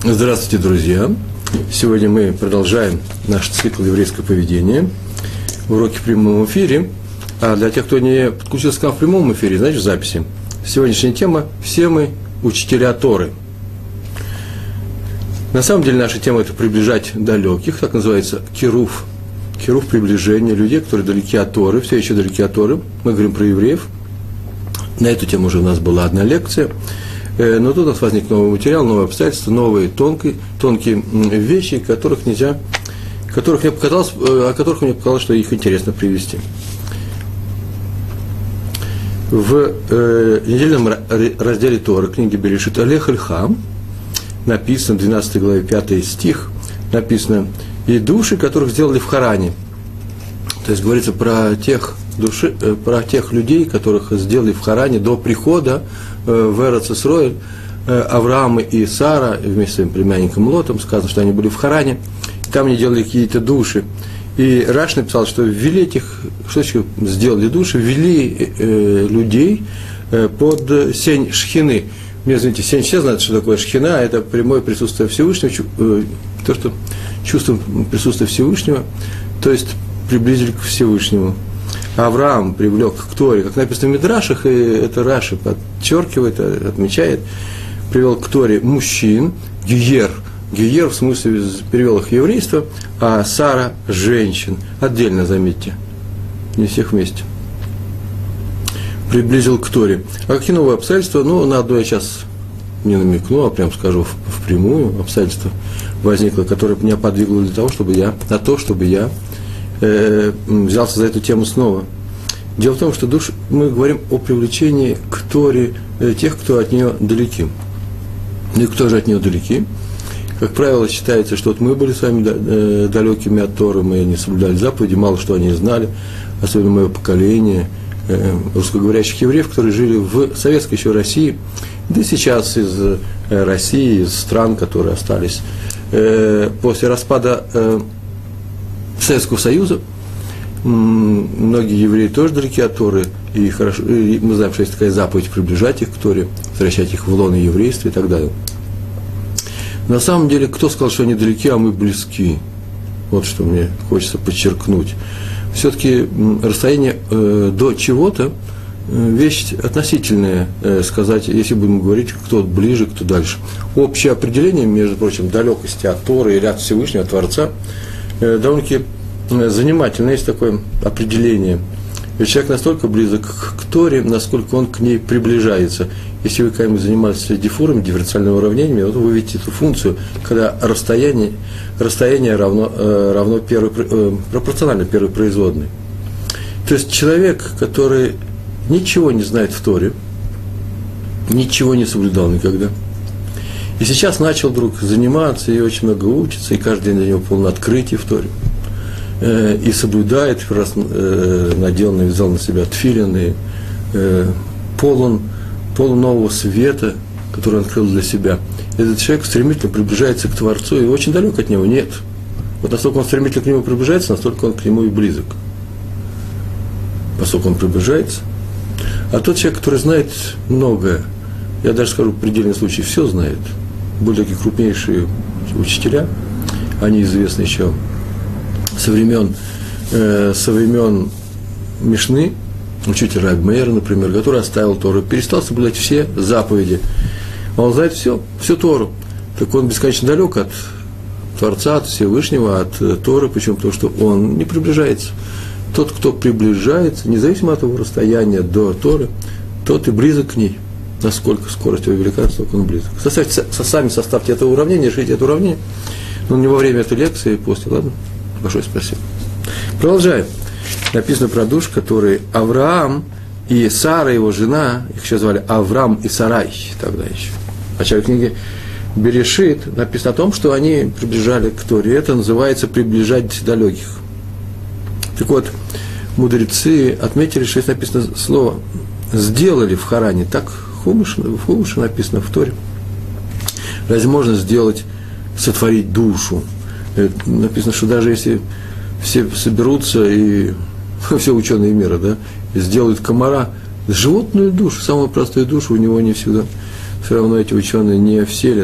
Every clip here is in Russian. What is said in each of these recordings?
Здравствуйте, друзья! Сегодня мы продолжаем наш цикл «Еврейское поведение». Уроки в прямом эфире. А для тех, кто не подключился к нам в прямом эфире, значит, в записи. Сегодняшняя тема – все мы учителя Торы. На самом деле наша тема – это приближать далеких, так называется кирув. Кирув – приближение людей, которые далеки от Торы, все еще далеки от Торы. Мы говорим про евреев. На эту тему уже у нас была одна лекция. Но тут у нас возник новый материал, новые обстоятельства, новые тонкие вещи, о которых мне показалось, что их интересно привести. В недельном разделе Торы книги Берешит Лех Леха написано, в 12 главе 5 стих, написано: «И души, которых сделали в Харане». То есть говорится про тех людей, которых сделали в Харане до прихода в Эрец Исроэль, Авраам и Сара вместе с своим племянником Лотом, сказано, что они были в Харане, там они делали какие-то души. И Раш написал, что ввели этих, что сделали души, ввели людей под сень Шхины. Мне, извините, сень все знают, что такое Шхина, это прямое присутствие Всевышнего, то, что чувствуем присутствие Всевышнего, то есть приблизили к Всевышнему. Авраам привлек к Торе, как написано в Мидрашах, и это Раши подчеркивает, отмечает, привел к Торе мужчин, гиер в смысле перевел их в еврейство, а Сара – женщин, отдельно, заметьте, не всех вместе. Приблизил к Торе. А какие новые обстоятельства? На одно я сейчас не намекну, а прям скажу впрямую. Обстоятельство возникло, которое меня подвигло на то, чтобы я взялся за эту тему снова. Дело в том, что мы говорим о привлечении к Торе тех, кто от нее далеки. И кто же от нее далеки? Как правило, считается, что мы были с вами далекими от Торы, мы не соблюдали заповеди, мало что они знали, особенно мое поколение русскоговорящих евреев, которые жили в советской еще России, да и сейчас из России, из стран, которые остались после распада Советского Союза. Многие евреи тоже далеки от Торы, и мы знаем, что есть такая заповедь приближать их к Торе, возвращать их в лоно еврейства и так далее. На самом деле, кто сказал, что они далеки, а мы близки? Вот что мне хочется подчеркнуть. Все-таки расстояние до чего-то вещь относительная, сказать, если будем говорить, кто ближе, кто дальше. Общее определение, между прочим, далекости от Торы или от Всевышнего, от Творца, довольно-таки занимательно, есть такое определение. Ведь человек настолько близок к Торе, насколько он к ней приближается. Если вы когда-нибудь занимались диффурами, дифференциальными уравнениями, вот вы видите эту функцию, когда расстояние равно пропорционально первой производной. То есть человек, который ничего не знает в Торе, ничего не соблюдал никогда, и сейчас начал вдруг заниматься и очень много учится, и каждый день для него полно открытий в Торе, и соблюдает, раз надел, навязал на себя тфилин, и полон нового света, который он открыл для себя. Этот человек стремительно приближается к Творцу и очень далек от него. Нет. Вот настолько он стремительно к нему приближается, настолько он к нему и близок. Поскольку он приближается. А тот человек, который знает многое, я даже скажу, в предельном случае все знает, были такие крупнейшие учителя, они известны еще со времен Мишны, учитель Раби Меир, например, который оставил Тору, перестал соблюдать все заповеди. Он знает всю Тору. Так он бесконечно далек от Творца, от Всевышнего, от Торы, почему? Потому что он не приближается. Тот, кто приближается, независимо от его расстояния до Торы, тот и близок к ней. Насколько скорость его велика, насколько он близок. Сами составьте это уравнение, решите это уравнение. Но не во время этой лекции, после, ладно? Большое спасибо. Продолжаем. Написано про душ, которые Авраам и Сара, его жена, их еще звали Авраам и Сарай тогда еще. В начале книги Берешит написано о том, что они приближали к Торе. Это называется приближать далеких. Так вот, мудрецы отметили, что здесь написано слово «сделали в Харане». Так в Хумаше написано в Торе. Разве можно сотворить душу? Написано, что даже если все соберутся и все ученые мира, да, сделают комара, животную душу, самую простую душу у него не всегда. Все равно эти ученые не вселят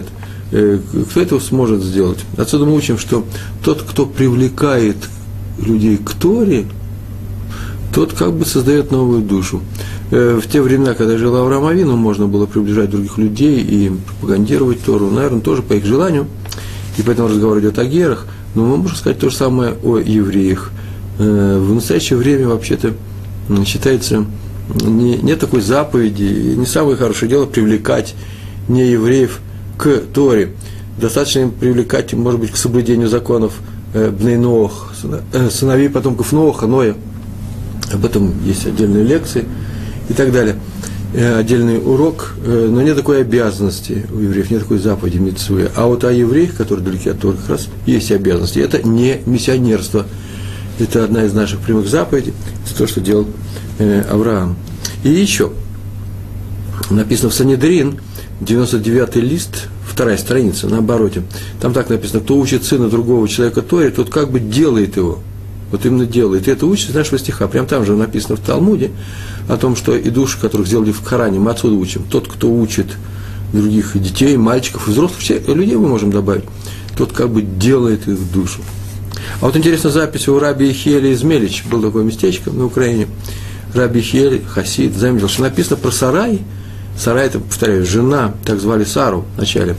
Кто это сможет сделать? Отсюда мы учим, что тот, кто привлекает людей к Торе, тот как бы создает новую душу. В те времена, когда жил Авраам Авину, можно было приближать других людей и пропагандировать Тору, наверное, тоже по их желанию, и поэтому разговор идет о герах, но мы можем сказать то же самое о евреях. В настоящее время, вообще-то, считается, нет такой заповеди, не самое хорошее дело привлекать неевреев к Торе. Достаточно им привлекать, может быть, к соблюдению законов Бней Ноах, сыновей потомков Ноаха, Ноя. Об этом есть отдельные лекции и так далее. Отдельный урок, но нет такой обязанности у евреев, нет такой заповеди мицвы. А вот о евреях, которые далеки от Торы, как раз есть обязанности. Это не миссионерство. Это одна из наших прямых заповедей. Это то, что делал Авраам. И еще написано в Санедрин, 99-й лист, 2-я страница, на обороте. Там так написано: кто учит сына другого человека Торе, тот как бы делает его. Вот именно делает. И это учится из нашего стиха. Прямо там же написано в Талмуде о том, что и души, которых сделали в Коране, мы отсюда учим. Тот, кто учит других детей, мальчиков, и взрослых, всех людей мы можем добавить, тот как бы делает их душу. А вот интересная запись у раби Ехиэля из Мелич. Было такое местечко на Украине. Раби Ехиэль, хасид, заметил, что написано про Сарай. Сарай, это, повторяю, жена, так звали Сару вначале,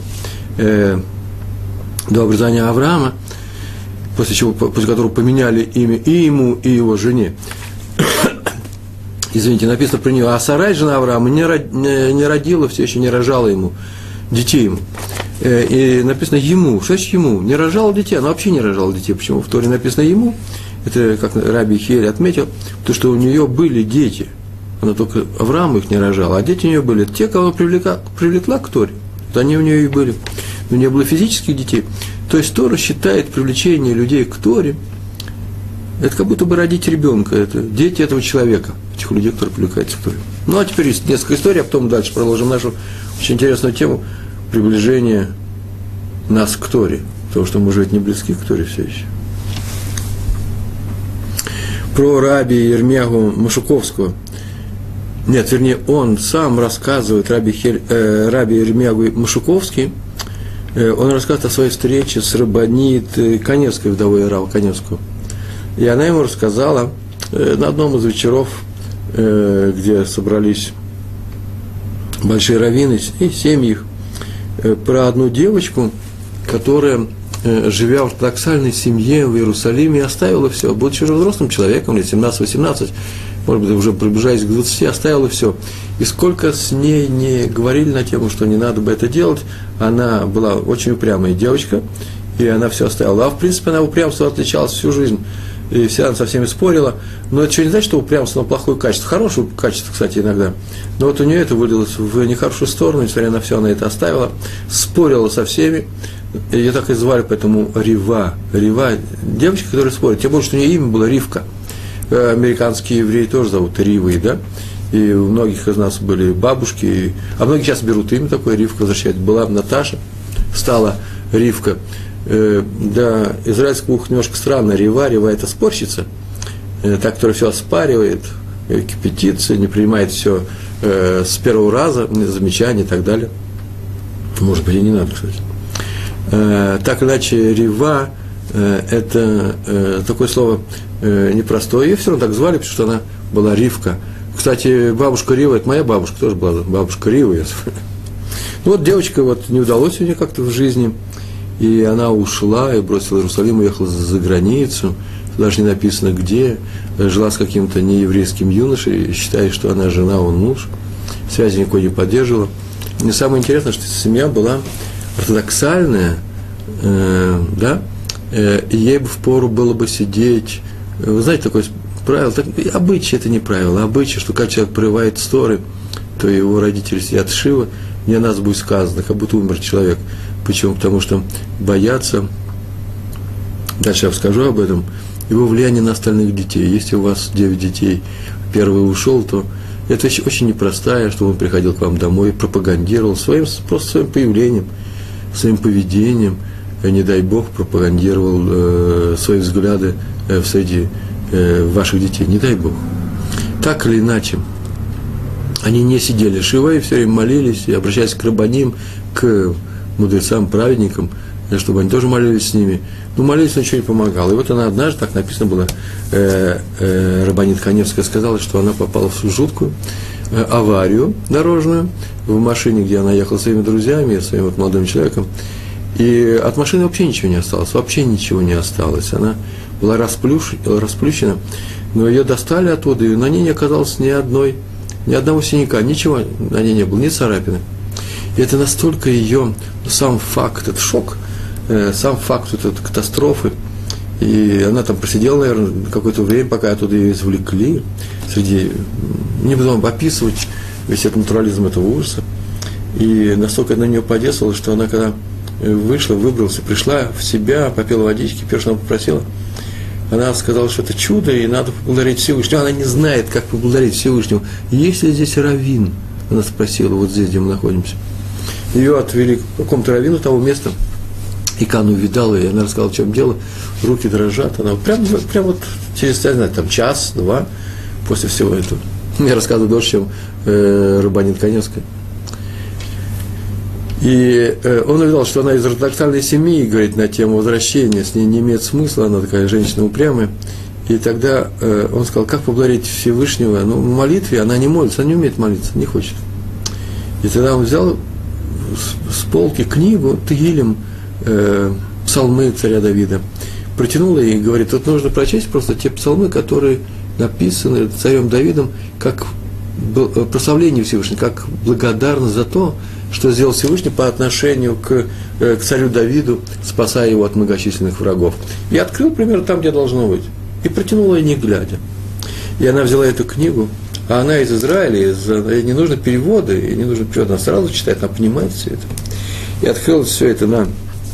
до обрезания Авраама, после которого поменяли имя и ему, и его жене. Извините, написано про нее. А Сарай, жена Авраама, не родила, все еще не рожала ему, детей ему. И написано ему. Что значит ему? Не рожала детей, она вообще не рожала детей. Почему? В Торе написано ему. Это, как раби Ехиэль отметил, потому что у нее были дети. Она только Аврааму их не рожала, а дети у нее были те, кого привлекла к Торе. Вот они у нее и были. Но не было физических детей. То есть Тора считает привлечение людей к Торе, это как будто бы родить ребенка, это дети этого человека, этих людей, которые привлекаются к Торе. Ну, а теперь есть несколько историй, а потом дальше продолжим нашу очень интересную тему приближения нас к Торе, потому что мы же ведь не близки к Торе все еще. Про раби Ирмиягу Машуковского. Нет, вернее, он сам рассказывает, раби Ирмиягу Машуковский, он рассказывает о своей встрече с рабанит Каневской, вдовой Рава Каневского. И она ему рассказала на одном из вечеров, где собрались большие раввины и семьи их, про одну девочку, которая, живя в ортодоксальной семье в Иерусалиме, оставила все, будучи уже взрослым человеком, лет 17-18, может быть, уже приближаясь к 20, оставила все. И сколько с ней не говорили на тему, что не надо бы это делать, она была очень упрямая девочка, и она все оставила. А в принципе, она упрямство отличалась всю жизнь, и вся она со всеми спорила. Но это еще не значит, что упрямство, но плохое качество. Хорошее качество, кстати, иногда. Но вот у нее это вылилось в нехорошую сторону, несмотря на все, она это оставила, спорила со всеми. Ее так и звали, поэтому Рива. Рива – девочка, которая спорит. Тем более, что у нее имя было Ривка. Американские евреи тоже зовут Ривой, да? И у многих из нас были бабушки, а многие сейчас берут имя такое, Ривка возвращают. Была Наташа, стала Ривка. Да, израильское ухо немножко странно, Рива – это спорщица, та, которая все оспаривает, кипятится, не принимает все с первого раза, замечания и так далее. Может быть, и не надо, кстати. Так или иначе, Рива – это такое слово непростое. Ее все равно так звали, потому что она была Ривка. Кстати, бабушка Рива – это моя бабушка, тоже была бабушка Рива. Ну вот девочка, вот не удалось у нее как-то в жизни, и она ушла и бросила Иерусалим, уехала за границу, даже не написано где, жила с каким-то нееврейским юношей, считая, что она жена, он муж, связи никакой не поддерживала. И самое интересное, что семья была ортодоксальная, да, и ей бы впору было бы сидеть, вы знаете, такое правило, обычай это не правило, обычай, что когда человек прерывает с Торы, то его родители сидят шива, не о нас будет сказано, как будто умер человек. Почему? Потому что боятся, дальше я расскажу об этом, его влияние на остальных детей. Если у вас 9 детей, первый ушел, то это вещь очень непростая, чтобы он приходил к вам домой, пропагандировал просто своим появлением, своим поведением, не дай Бог, пропагандировал свои взгляды среди ваших детей, не дай Бог. Так или иначе, они не сидели шива и все время молились, и обращались к рабаним, к мудрецам, праведникам, чтобы они тоже молились с ними. Но молились, но ничего не помогало. И вот она однажды, так написано было, Рабанит Каневская сказала, что она попала в жуткую аварию дорожную в машине, где она ехала со своими друзьями, своим вот молодым человеком. И от машины вообще ничего не осталось, вообще ничего не осталось. Она была расплющена, но ее достали оттуда, и на ней не оказалось ни одного синяка, ничего на ней не было, ни царапины. И это настолько ее, сам факт, это шок, сам факт этой катастрофы. И она там просидела, наверное, какое-то время, пока оттуда ее извлекли, не буду описывать весь этот натурализм этого ужаса. И настолько на нее подействовало, что она, когда вышла, выбралась, пришла в себя, попила водички, первое, что она попросила, она сказала, что это чудо, и надо поблагодарить Всевышнего. Она не знает, как поблагодарить Всевышнего. Есть ли здесь раввин? Она спросила, вот здесь, где мы находимся. Ее отвели к какому-то раввину того места, и Кану увидала, и она рассказала, в чем дело. Руки дрожат. Она прям вот через, я знаю, там час-два после всего этого. Мне рассказывают дольше, чем Рабанит Каневская. И он увидел, что она из ортодоксальной семьи, говорит, на тему возвращения, с ней не имеет смысла, она такая женщина упрямая. И тогда он сказал, как поблагодарить Всевышнего? Ну, в молитве она не молится, она не умеет молиться, не хочет. И тогда он взял с полки книгу Тегилим, псалмы царя Давида, протянул и говорит, тут нужно прочесть просто те псалмы, которые написаны царем Давидом, как прославление Всевышнего, как благодарность за то, что сделал Всевышний по отношению к царю Давиду, спасая его от многочисленных врагов. И открыл примерно там, где должно быть, и протянула ей не глядя. И она взяла эту книгу, а она из Израиля, ей не нужны переводы, ей не нужен перевод, она сразу читает, она понимает все это. И открыла все это на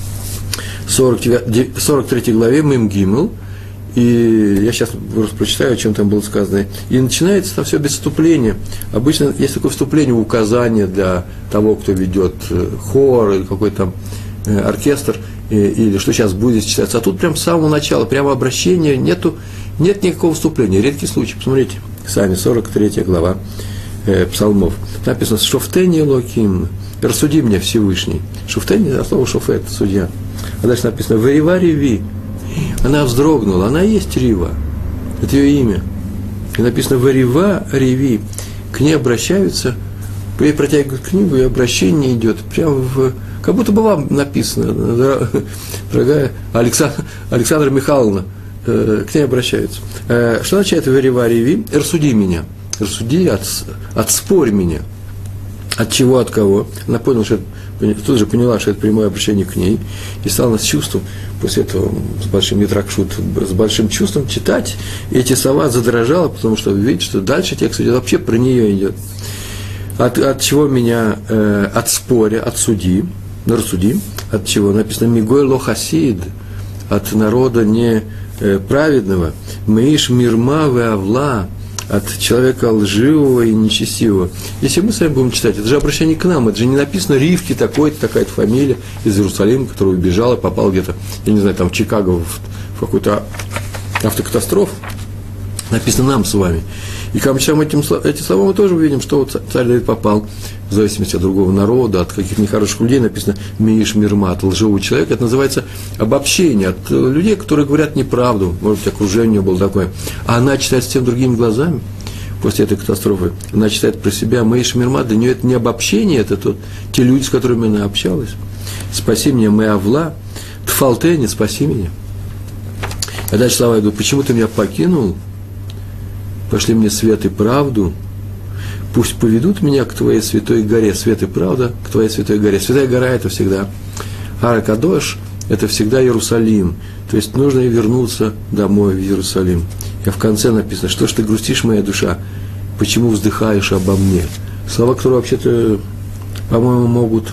43 главе Мем Гимел, и я сейчас просто прочитаю, о чем там было сказано. И начинается там все без вступления. Обычно есть такое вступление, указание для того, кто ведет хор или какой-то там оркестр, или что сейчас будет читаться. А тут прям с самого начала, прямо обращения, нет никакого вступления. Редкий случай. Посмотрите, сами 43 глава псалмов. Написано «Шофтени Элоким», «Рассуди меня, Всевышний». Шофтени, а слово «шофет», судья. А дальше написано «Варива реви». Она вздрогнула, она и есть Рива, это ее имя. И написано «Варива реви». К ней обращаются, ей протягивают книгу, и обращение идет прямо как будто бы вам написано, дорогая Александра Михайловна, к ней обращаются. Что означает «Варива реви»? «Рассуди меня». Рассуди, отспорь меня. От чего, от кого? Она поняла, что тут же поняла, что это прямое обращение к ней, и стала с чувством, после этого, с большим ятракшут, с большим чувством читать, и эти слова задрожала, потому что видит, что дальше текст идет, вообще про нее идет. От чего меня отспоря, отсуди, рассуди, от чего? Написано «Мигой лохасид», от народа неправедного, «Меиш мирма ве авла», от человека лживого и нечестивого. Если мы с вами будем читать, это же обращение к нам, это же не написано Ривки, такой-то, такая-то фамилия из Иерусалима, которая убежала, попала где-то, я не знаю, там в Чикаго, в какую-то автокатастрофу. Написано нам с вами. И когда мы читаем эти слова, мы тоже увидим, что вот царь Давид попал, в зависимости от другого народа, от каких-то нехороших людей, написано «Мииш мирма», от лживого человека. Это называется обобщение, от людей, которые говорят неправду, может быть, окружение было такое. А она читает с тем другими глазами, после этой катастрофы, она читает про себя «Мииш мирма», для нее это не обобщение, это те люди, с которыми она общалась. «Спаси меня, моя авла», «Тфалтени», «Спаси меня». А дальше слова идут «Почему ты меня покинул?» «Пошли мне свет и правду, пусть поведут меня к твоей святой горе». Свет и правда к твоей святой горе. Святая гора – это всегда Ар-Кадош, это всегда Иерусалим. То есть нужно вернуться домой в Иерусалим. И в конце написано: «Что ж ты грустишь, моя душа? Почему вздыхаешь обо мне?» Слова, которые вообще-то, по-моему,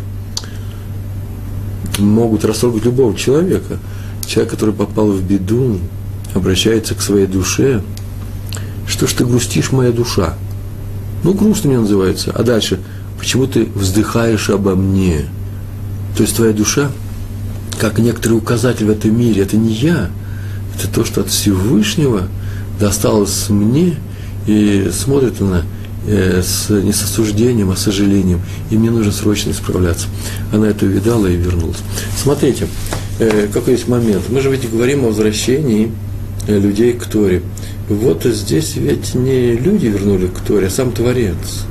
могут растрогать любого человека. Человек, который попал в беду, обращается к своей душе. «Что ж ты грустишь, моя душа?» Ну, грустно мне называется. А дальше: «Почему ты вздыхаешь обо мне?» То есть твоя душа, как некоторый указатель в этом мире, это не я, это то, что от Всевышнего досталось мне, и смотрит она не с осуждением, а с сожалением. И мне нужно срочно исправляться. Она это увидала и вернулась. Смотрите, какой есть момент. Мы же ведь говорим о возвращении людей к Торе. Вот здесь ведь не люди вернули к Торе, а сам Творец.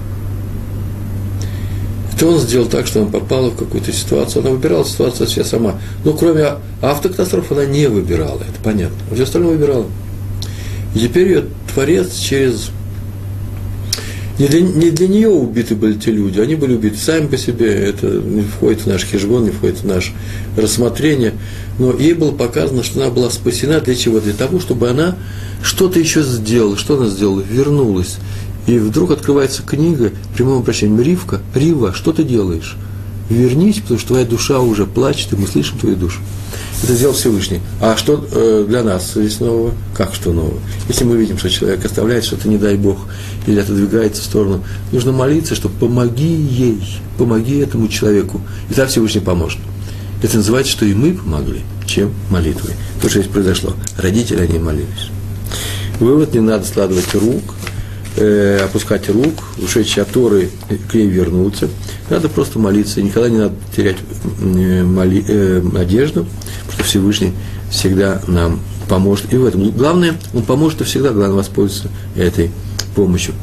Это он сделал так, что она попала в какую-то ситуацию. Она выбирала ситуацию себе сама. Но кроме автокатастроф она не выбирала, это понятно. А все остальное выбирала. И теперь ее Творец через... Не для нее убиты были те люди, они были убиты сами по себе, это не входит в наш хешбон, не входит в наше рассмотрение, но ей было показано, что она была спасена для чего? Для того, чтобы она что-то еще сделала. Что она сделала? Вернулась. И вдруг открывается книга прямым обращением: Рива, что ты делаешь? Вернись, потому что твоя душа уже плачет, и мы слышим твою душу. Это сделал Всевышний. А что для нас здесь нового? Как что нового? Если мы видим, что человек оставляет что-то, не дай Бог, или отодвигается в сторону, нужно молиться, что помоги ей, помоги этому человеку, и тогда Всевышний поможет. Это называется, что и мы помогли, чем молитвой. То, что здесь произошло. Родители, они молились. Вывод: не надо складывать рук, опускать рук, ушедшие от Торы к ней вернуться. Надо просто молиться. И никогда не надо терять надежду, потому что Всевышний всегда нам поможет. И в этом. Главное, он поможет, и всегда главное воспользоваться этой помощью.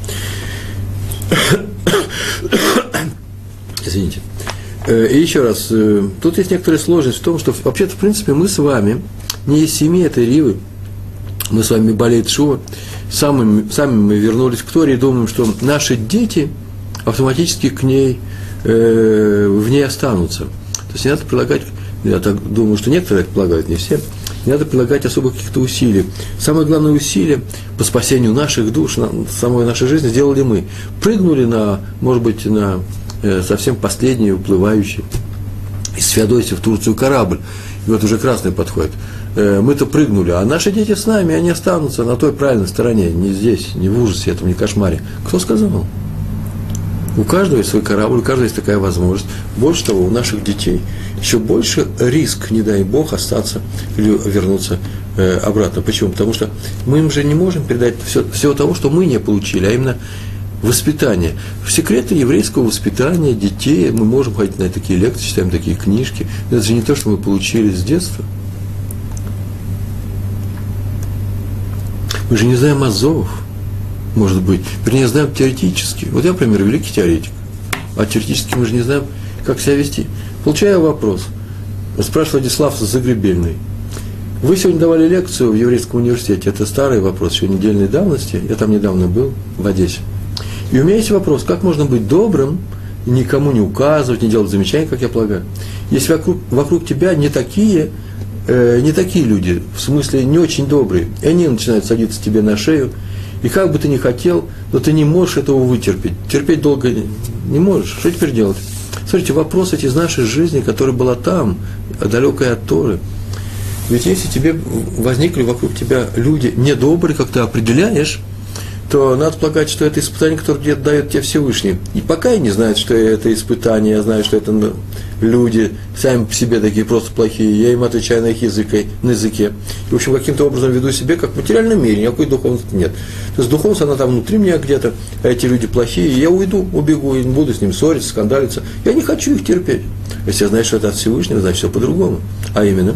Извините. И еще раз, тут есть некоторая сложность в том, что вообще-то, в принципе, мы с вами не из семьи этой Ривы, мы с вами болеет Шува, сами мы вернулись к Торе и думаем, что наши дети автоматически к ней, в ней останутся. То есть не надо прилагать, я так думаю, что некоторые это прилагают, не все, не надо прилагать особых каких-то усилий. Самое главное усилие по спасению наших душ, самой нашей жизни сделали мы. Прыгнули на, может быть, на совсем последний уплывающий из Феодосии в Турцию корабль. И вот уже красный подходит. Мы-то прыгнули, а наши дети с нами, они останутся на той правильной стороне, не здесь, не в ужасе этом, не кошмаре. Кто сказал? У каждого есть свой корабль, у каждого есть такая возможность. Больше того, у наших детей еще больше риск, не дай Бог, остаться или вернуться обратно. Почему? Потому что мы им же не можем передать всего того, что мы не получили, а именно воспитание. Секреты еврейского воспитания детей, мы можем ходить на такие лекции, читаем такие книжки. Это же не то, что мы получили с детства. Мы же не знаем азов, может быть. Вернее, знаем теоретически. Вот я, например, великий теоретик. А теоретически мы же не знаем, как себя вести. Получаю вопрос. Спрашивает Владислав Загребельный. Вы сегодня давали лекцию в еврейском университете. Это старый вопрос, еще недельной давности. Я там недавно был, в Одессе. И у меня есть вопрос, как можно быть добрым, и никому не указывать, не делать замечаний, как я полагаю, если вокруг тебя не такие люди, в смысле не очень добрые, и они начинают садиться тебе на шею, и как бы ты ни хотел, но ты не можешь этого вытерпеть, терпеть долго не можешь, что теперь делать? Смотрите, вопрос эти из нашей жизни, которая была там, далекая от Торы. Ведь если тебе возникли вокруг тебя люди недобрые, как ты определяешь, то надо полагать, что это испытание, которое дает тебе Всевышний. И пока я не знаю, что это испытание, я знаю, что это люди сами по себе такие просто плохие, я им отвечаю на их языке. И, в общем, каким-то образом веду себя, как в материальном мире, никакой духовности нет. То есть духовность, она там внутри меня где-то, а эти люди плохие, и я убегу, и не буду с ними ссориться, скандалиться. Я не хочу их терпеть. Если я знаю, что это от Всевышнего, значит, все по-другому. А именно,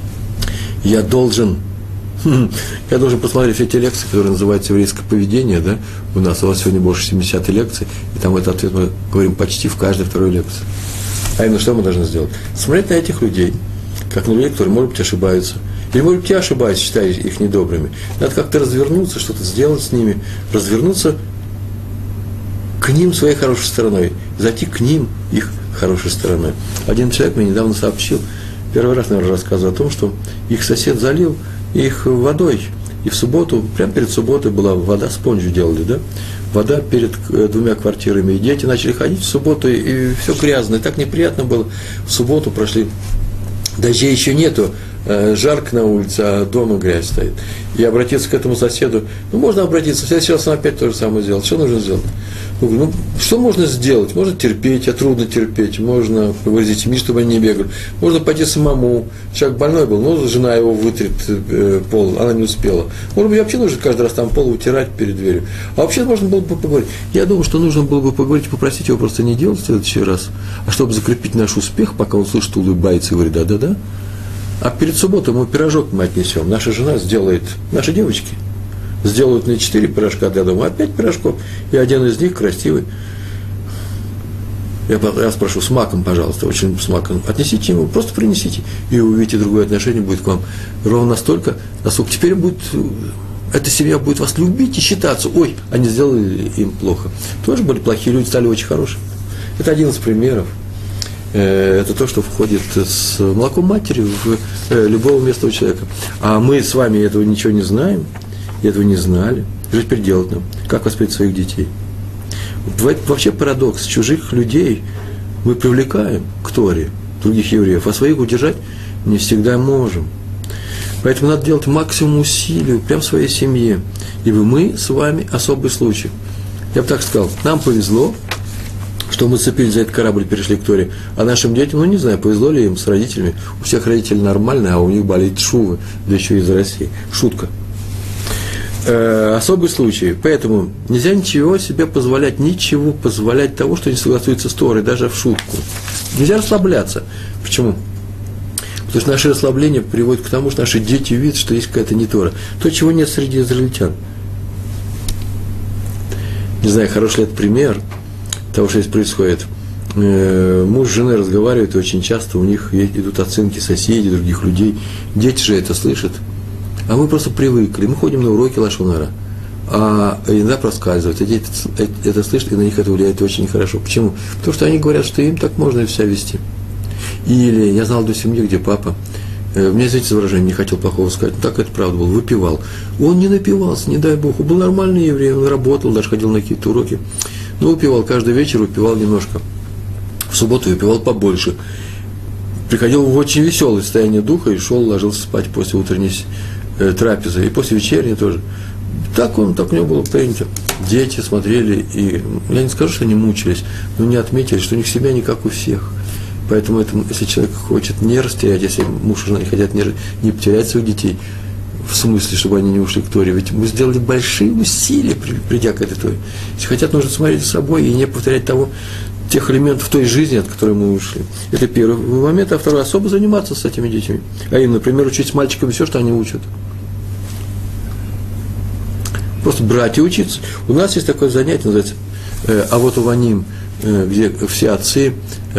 я должен посмотреть все те лекции, которые называются «Еврейское поведение», да? У вас сегодня больше 70 лекций, и там этот ответ мы говорим почти в каждой второй лекции. А именно, что мы должны сделать? Смотреть на этих людей, как на людей, которые, может быть, ошибаются. Или, может быть, я ошибаюсь, считаю их недобрыми. Надо как-то развернуться, что-то сделать с ними, развернуться к ним своей хорошей стороной, зайти к ним их хорошей стороной. Один человек мне недавно сообщил, первый раз, наверное, рассказывал о том, что их сосед залил их водой. И в субботу, прямо перед субботой была вода, спонжью делали, да? Вода перед двумя квартирами. И дети начали ходить в субботу, и все грязно. И так неприятно было. В субботу прошли, дождей еще нету, жарко на улице, а дома грязь стоит. И обратиться к этому соседу, можно обратиться, в следующий раз он опять то же самое сделал. Что нужно сделать? Ну, что можно сделать? Можно терпеть, а трудно терпеть. Можно повозить семьи, чтобы они не бегали. Можно пойти самому. Человек больной был, но жена его вытрет пол, она не успела. Может быть, вообще нужно каждый раз там пол утирать перед дверью. А вообще можно было бы поговорить. Я думаю, что нужно было бы поговорить и попросить его просто не делать в следующий раз, а чтобы закрепить наш успех, пока он слышит, улыбается и говорит да-да-да. А перед субботой мы пирожок мы отнесем. Наша жена сделает, наши девочки сделают не 4 пирожка для дома, а 5 пирожков. И один из них красивый. Я спрошу, с маком, пожалуйста, очень с маком. Отнесите ему, просто принесите. И увидите, другое отношение будет к вам. Ровно настолько, насколько теперь будет, эта семья будет вас любить и считаться. Ой, они сделали им плохо. Тоже были плохие люди, стали очень хорошими. Это один из примеров. Это то, что входит с молоком матери в любого местного человека. А мы с вами этого ничего не знаем. И этого не знали. Что теперь делать нам? Как воспитать своих детей? Вообще парадокс. Чужих людей мы привлекаем к Торе, других евреев, а своих удержать не всегда можем. Поэтому надо делать максимум усилий прямо в своей семье. Ибо мы с вами особый случай. Я бы так сказал, нам повезло, что мы цепились за этот корабль и перешли к Торе. А нашим детям, не знаю, повезло ли им с родителями. У всех родителей нормальные, а у них болит шувы, да еще и из России. Шутка. Особый случай. Поэтому нельзя ничего себе позволять, того, что не согласуется с Торой, даже в шутку. Нельзя расслабляться. Почему? Потому что наше расслабление приводит к тому, что наши дети видят, что есть какая-то не Тора. То, чего нет среди израильтян. Не знаю, хороший ли это пример того, что здесь происходит. Муж с женой разговаривают, и очень часто у них идут оценки соседей, других людей. Дети же это слышат. А мы просто привыкли. Мы ходим на уроки лашон ара, а иногда проскальзывают. И дети это слышат, и на них это влияет очень нехорошо. Почему? Потому что они говорят, что им так можно и себя вести. Или я знал одну семью, где папа, мне, извините за выражение, не хотел плохого сказать, но так это правда было, выпивал. Он не напивался, не дай Бог. Он был нормальный еврей, он работал, даже ходил на какие-то уроки. Но выпивал каждый вечер, выпивал немножко. В субботу выпивал побольше. Приходил в очень веселое состояние духа и шел, ложился спать после утренней трапезы, и после вечерней тоже. Так у него было принято. Дети смотрели, и я не скажу, что они мучились, но не отметили, что у них себя не как у всех. Поэтому если человек хочет не растерять, если муж и жена не хотят не потерять своих детей, в смысле, чтобы они не ушли к Торе, ведь мы сделали большие усилия, придя к этой Торе. Если хотят, нужно смотреть за собой и не повторять тех элементов той жизни, от которой мы ушли. Это первый момент, а второй – особо заниматься с этими детьми. А им, например, учить с мальчиками все, что они учат. Просто брать и учиться. У нас есть такое занятие, называется «Авот Уваним», где все отцы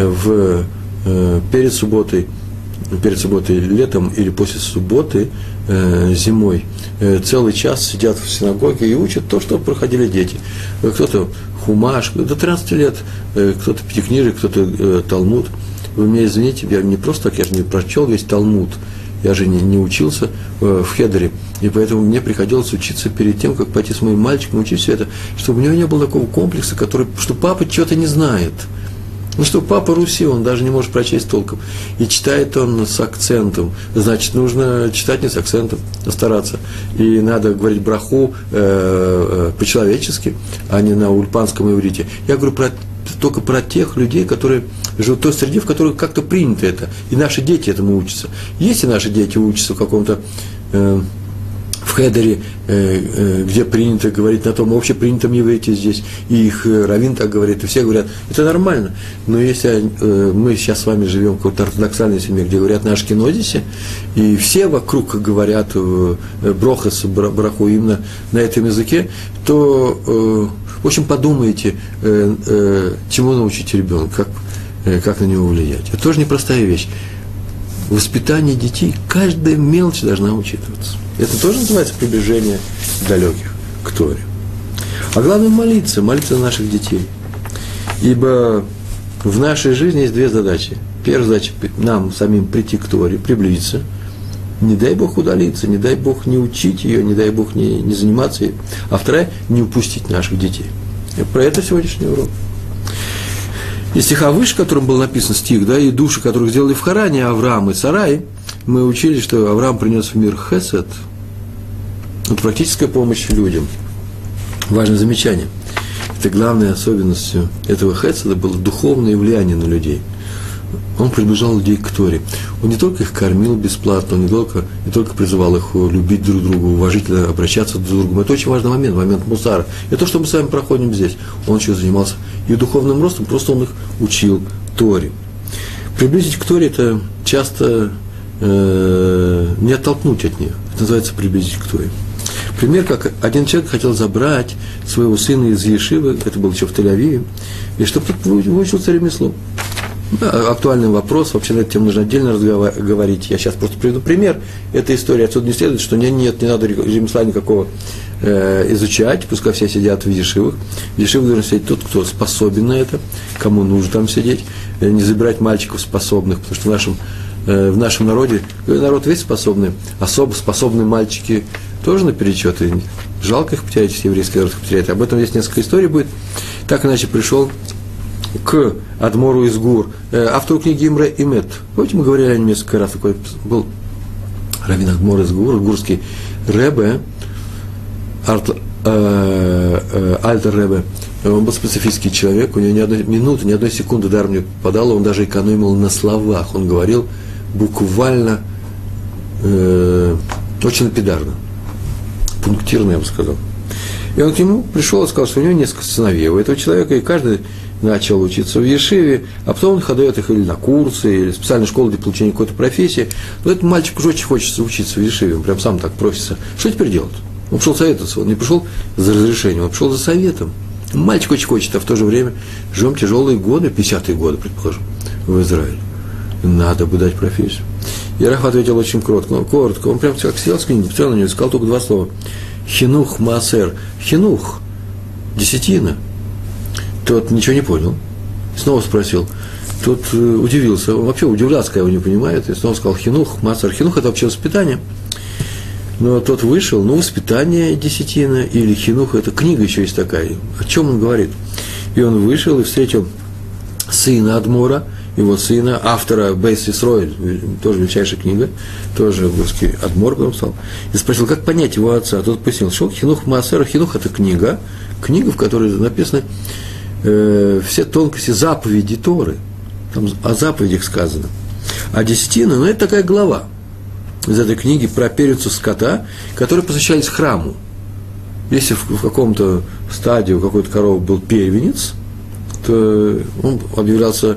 перед субботой летом или после субботы зимой целый час сидят в синагоге и учат то, что проходили дети. Кто-то хумаш, до 13 лет, кто-то пятикнижие, кто-то талмуд. Вы меня извините, я не просто так, я же не прочел весь талмуд, я же не учился в хедере, и поэтому мне приходилось учиться перед тем, как пойти с моим мальчиком, учить все это, чтобы у него не было такого комплекса, что папа чего-то не знает. Ну что, папа Руси, он даже не может прочесть толком. И читает он с акцентом. Значит, нужно читать не с акцентом, а стараться. И надо говорить браху по-человечески, а не на ульпанском иврите. Я говорю только про тех людей, которые живут в той среде, в которой как-то принято это. И наши дети этому учатся. Если наши дети учатся в каком-то в хедере, где принято говорить на том общепринятом иврите здесь, и их раввин так говорит, и все говорят, это нормально. Но если мы сейчас с вами живем в какой-то ортодоксальной семье, где говорят на ашкенозисе, и все вокруг говорят брохас, браху именно на этом языке, то, в общем, подумайте, чему научить ребенка, как на него влиять. Это тоже непростая вещь. Воспитание детей, каждая мелочь должна учитываться. Это тоже называется приближение далеких к Торе. А главное молиться за наших детей. Ибо в нашей жизни есть две задачи. Первая задача – нам самим прийти к Торе, приблизиться. Не дай Бог удалиться, не дай Бог не учить ее, не дай Бог не заниматься ей. А вторая – не упустить наших детей. И про это сегодняшний урок. И стиха выше, которым был написан стих, да, и души, которых сделали в Харане, Авраам и Сарай, мы учили, что Авраам принес в мир хесед, вот практическая помощь людям. Важное замечание. Это главной особенностью этого хесада было духовное влияние на людей. Он приближал людей к Торе. Он не только их кормил бесплатно, он не только призывал их любить друг друга, уважительно обращаться друг к другу. Это очень важный момент мусара. Это то, что мы с вами проходим здесь. Он еще занимался и духовным ростом, просто он их учил Торе. Приблизить к Торе – это часто не оттолкнуть от нее. Это называется приблизить к Торе. Пример, как один человек хотел забрать своего сына из Ешивы, это было еще в Тель-Авиве, и чтобы тот выучился ремеслу. Актуальный вопрос, вообще на эту тему нужно отдельно говорить. Я сейчас просто приведу пример. Эта история отсюда не следует, что не надо ремесла никакого изучать, пускай все сидят в ешивах. В ешивах должен сидеть тот, кто способен на это, кому нужно там сидеть, не забирать мальчиков способных, потому что в нашем народе, народ весь способный, особо способные мальчики тоже наперечет, и жалко их потерять, если еврейский народ их потеряет. Об этом здесь несколько историй будет. Так иначе пришел к Адмору из Гур, автору книги Имре Имет. Помните, мы говорили о нем несколько раз, такой был раввин Адмор из Гур, гурский Ребе, Альтер Ребе. Он был специфический человек, у него ни одной минуты, ни одной секунды даром не попадало, он даже экономил на словах, он говорил буквально очень лапидарно, пунктирно, я бы сказал. И он к нему пришел и сказал, что у него несколько сыновей у этого человека, и каждый начал учиться в Ешиве, а потом он отдает их или на курсы, или в специальную школу для получения какой-то профессии. Но этот мальчик уже очень хочется учиться в Ешиве, он прям сам так просится. Что теперь делать? Он пришел советоваться, он не пришел за разрешением, он пришел за советом. Мальчик очень хочет, а в то же время живем тяжелые годы, 50-е годы, предположим, в Израиле. Надо бы дать профессию. И Раф ответил очень коротко. Он прям как сидел с книгой, посмотрел на него и сказал только два слова. Хинух маасер. Хинух. Десятина. Тот ничего не понял. Снова спросил. Тот удивился. Он вообще удивлялся, когда его не понимает. И снова сказал хинух маасер. Хинух – это вообще воспитание. Но тот вышел, воспитание десятина или хинух – это книга еще есть такая. О чем он говорит? И он вышел и встретил сына Адмора, его сына, автора Бейс Исроэль, тоже величайшая книга, тоже русский Адмор потом стал, и спросил, как понять его отца. А тот пояснил, что хинух маасер, хинух – это книга, в которой написаны все тонкости заповеди Торы, там о заповедях сказано. А десятина, это такая глава из этой книги про первенцев скота, которые посвящались храму. Если в каком-то стадии у какой-то коровы был первенец, то он объявлялся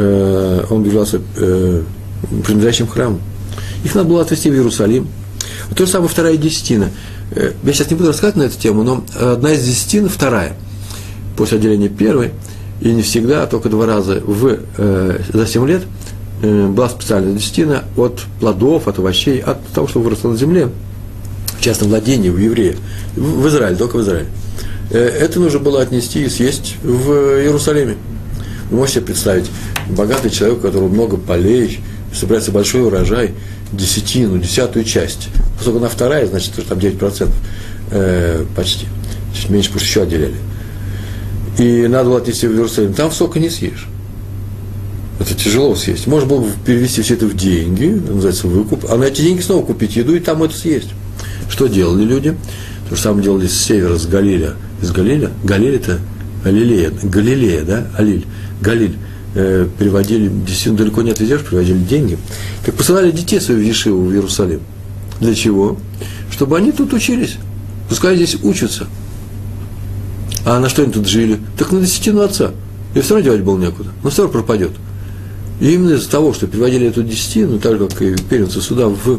принадлежащим храму. Их надо было отвезти в Иерусалим. То же самое вторая десятина. Я сейчас не буду рассказывать на эту тему, но одна из десятин, вторая, после отделения первой, и не всегда, а только 2 раза за 7 лет, была специальная десятина от плодов, от овощей, от того, что выросло на земле, в частном владении у еврея, в Израиле, только в Израиле. Это нужно было отнести и съесть в Иерусалиме. Вы можете себе представить, богатый человек, у которого много полей, собирается большой урожай, десятину, 10-ю часть, поскольку она вторая, значит, там 9%, почти, чуть меньше, потому что еще отделяли. И надо было отнести в Иерусалим, там столько не съешь. Это тяжело съесть. Можно было бы перевести все это в деньги, называется выкуп, а на эти деньги снова купить еду и там это съесть. Что делали люди? То же самое делали с севера, с Галиля. Из Галиля? Галиль-то Галилея, да? Галиль. Переводили, десятину далеко не отвезешь, переводили деньги. Так посылали детей своих в Ешиву, в Иерусалим. Для чего? Чтобы они тут учились. Пускай здесь учатся. А на что они тут жили? Так на десятину отца. И все равно девать было некуда. Но все равно пропадет. И именно из-за того, что переводили эту десятину, так же, как и первенцы сюда, в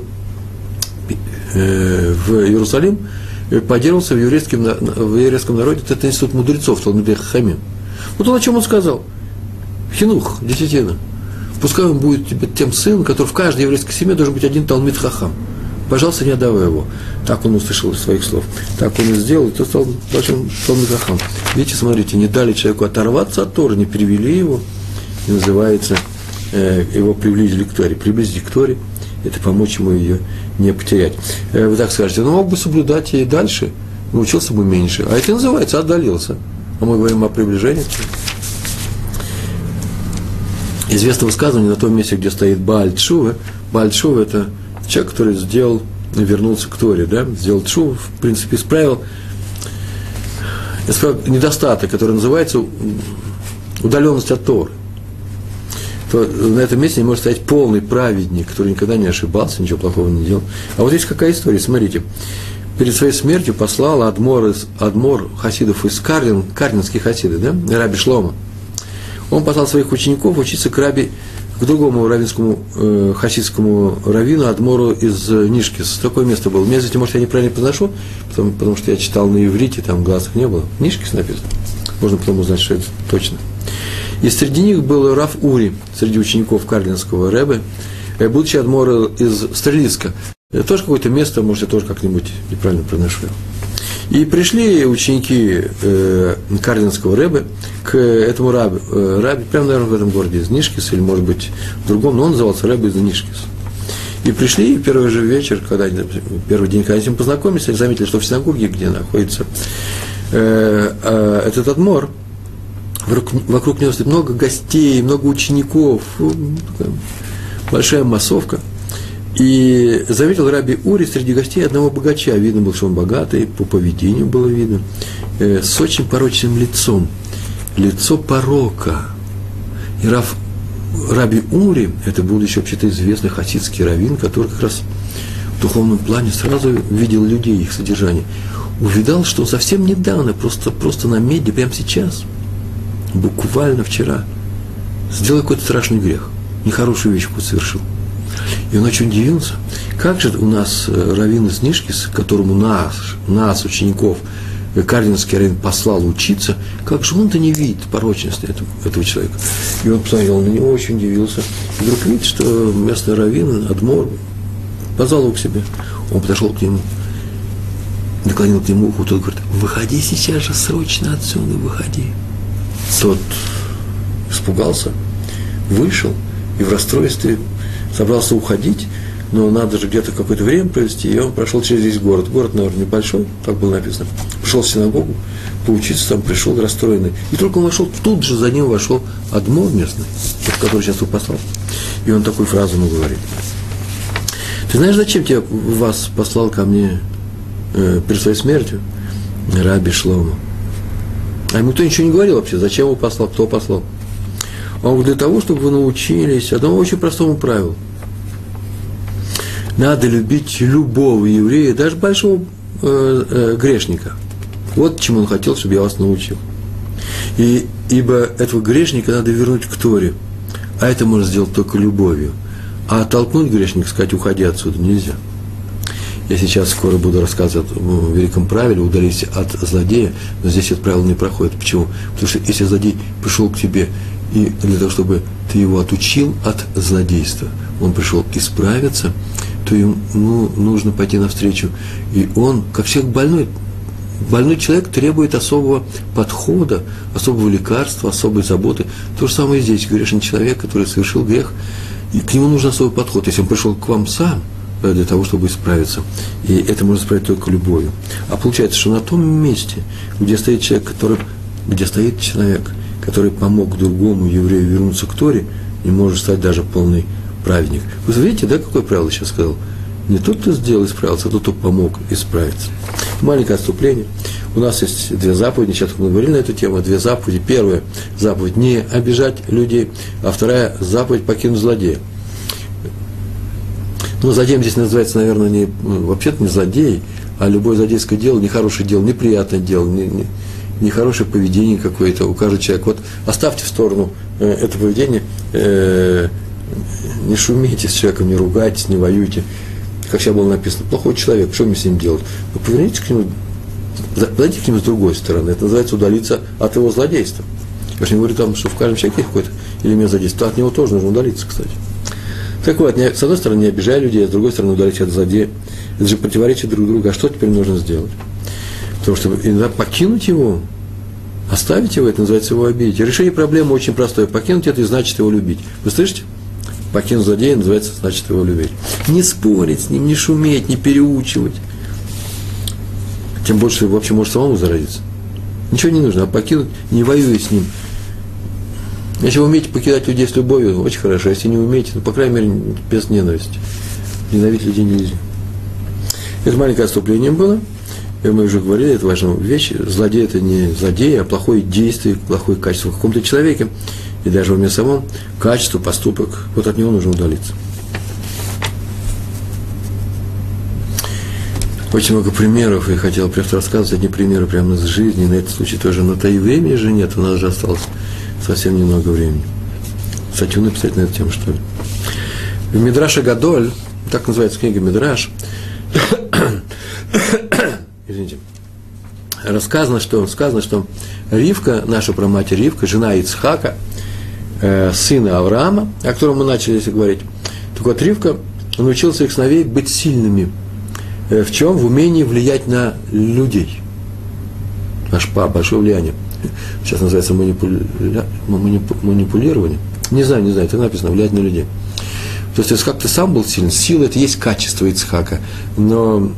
Иерусалим, поддерживался в еврейском народе этот институт мудрецов, Талмидей Хахамим. Вот он о чем он сказал. Хинух, десятина. Пускай он будет тем сыном, который в каждой еврейской семье должен быть один Талмид Хахам. Пожалуйста, не отдавай его. Так он услышал из своих слов. Так он и сделал, и тот стал большим Талмид Хахам. Видите, смотрите, не дали человеку оторваться от Торы, не перевели его. И называется, его приблизили к Торе. Приблизить к Торе – это помочь ему ее не потерять. Вы так скажете, мог бы соблюдать и дальше, научился бы меньше. А это называется отдалился. А мы говорим о приближении. Известно высказывание на том месте, где стоит Бааль Тшува. Бааль Тшува – это человек, который вернулся к Торе, да? Сделал тшуву, в принципе, исправил недостаток, который называется удаленность от Торы, то на этом месте не может стоять полный праведник, который никогда не ошибался, ничего плохого не делал. А вот здесь какая история, смотрите. Перед своей смертью послал адмор хасидов из карлинские хасиды, да, раби Шломо. Он послал своих учеников учиться к другому раввинскому хасидскому раввину, адмору из Нишкис. Такое место было. Мне, кстати, может, я неправильно произношу, потому что я читал на иврите, там гласных не было. Нишкис написано. Можно потом узнать, что это точно. И среди них был Рав Ури, среди учеников карлинского рэбе, будучи адмора из Стрелицка. Это тоже какое-то место, может, я тоже как-нибудь неправильно произношу. И пришли ученики карлинского рэбе к этому раби, прямо, наверное, в этом городе, из Нишкис, или, может быть, в другом, но он назывался рэбе из Нишкис. И пришли, и первый же вечер, первый день, когда они с ним познакомились, они заметили, что в синагоге, где находится этот адмор, вокруг него стоит много гостей, много учеников, большая массовка. И заметил раби Ури среди гостей одного богача. Видно было, что он богатый, по поведению было видно, с очень порочным лицом. Лицо порока. И раби Ури, это был еще вообще-то известный хасидский раввин, который как раз в духовном плане сразу видел людей, их содержание. Увидал, что совсем недавно, просто на медне, прямо сейчас, буквально вчера, сделал какой-то страшный грех, нехорошую вещь совершил. И он очень удивился, как же у нас раввин из Нишкис, которому нас, учеников, карлинский раввин послал учиться, как же он-то не видит порочности этого человека. И он посмотрел на него, очень удивился. И вдруг видит, что местный раввин, адмор, позвал его к себе. Он подошел к нему, наклонил к нему ухо, тот говорит: выходи сейчас же, срочно отсюда, выходи. Тот испугался, вышел и в расстройстве собрался уходить, но надо же где-то какое-то время провести, и он прошел через весь город. Город, наверное, небольшой, так было написано. Пришел в синагогу, поучиться там, пришел расстроенный. И только он вошел, тут же за ним вошел адмор местный, который сейчас его послал. И он такую фразу ему говорит: ты знаешь, зачем вас послал ко мне перед своей смертью раби Шломо? А ему никто ничего не говорил вообще, зачем его послал, кто послал. Он говорит: для того, чтобы вы научились одному очень простому правилу. Надо любить любого еврея, даже большого грешника. Вот чему он хотел, чтобы я вас научил. Ибо этого грешника надо вернуть к Торе. А это можно сделать только любовью. А оттолкнуть грешника, сказать: уходи отсюда, нельзя. Я сейчас скоро буду рассказывать о великом правиле: удалиться от злодея, но здесь это правило не проходит. Почему? Потому что если злодей пришел к тебе, и для того, чтобы ты его отучил от злодейства, он пришел исправиться, то ему нужно пойти навстречу. И он, как человек больной человек требует особого подхода, особого лекарства, особой заботы. То же самое и здесь. Грешный человек, который совершил грех, и к нему нужен особый подход. Если он пришел к вам сам, для того, чтобы исправиться. И это можно исправить только любовью. А получается, что на том месте, где стоит человек, который помог другому еврею вернуться к Торе, не может стать даже полный праведник. Вы видите, да, какое правило я сейчас сказал? Не тот, кто сделал, исправился, а тот, кто помог исправиться. Маленькое отступление. У нас есть две заповеди, сейчас мы говорили на эту тему, две заповеди. Первая заповедь – не обижать людей, а вторая заповедь – покинуть злодея. Ну, злодеем здесь называется, наверное, вообще-то не злодей, а любое злодейское дело, нехорошее дело, неприятное дело, нехорошее поведение какое-то у каждого человека. Вот оставьте в сторону это поведение, не шумите с человеком, не ругайтесь, не воюйте. Как сейчас было написано: плохой человек, что мне с ним делать? Вы повернитесь к нему, подойдите к нему с другой стороны. Это называется удалиться от его злодейства. Я же не говорю там, что в каждом человеке есть какой-то элемент злодейства, от него тоже нужно удалиться, кстати. Так вот, с одной стороны, не обижай людей, а с другой стороны, удалить от злодея. Это же противоречит друг другу. А что теперь нужно сделать? Потому что иногда покинуть его, оставить его, это называется его обидеть. И решение проблемы очень простое. Покинуть это и значит его любить. Вы слышите? Покинуть злодея называется значит его любить. Не спорить с ним, не шуметь, не переучивать. Тем больше вообще может самому заразиться. Ничего не нужно, а покинуть, не воюя с ним. Если вы умеете покидать людей с любовью, очень хорошо. Если не умеете, по крайней мере, без ненависти. Ненавидеть людей нельзя. Это маленькое отступление было. И мы уже говорили, это важная вещь. Злодей – это не злодей, а плохое действие, плохое качество в каком-то человеке. И даже в уме самом качество, поступок, вот от него нужно удалиться. Очень много примеров, и хотел просто рассказывать одни примеры прямо из жизни, на этот случай тоже. Но-то и времени же нет, у нас же осталось совсем немного времени. Статью написать на эту тему, что ли. В Мидраше Гадоль, так называется книга Мидраш, извините, сказано, что Ривка, наша праматерь Ривка, жена Ицхака, сына Авраама, о котором мы начали если говорить, так вот Ривка научил своих сыновей быть сильными. В чем? В умении влиять на людей. Большое влияние. Сейчас называется манипулирование. Не знаю, это написано, влиять на людей. То есть Ицхак-то сам был силен. Сила – это есть качество Ицхака. Но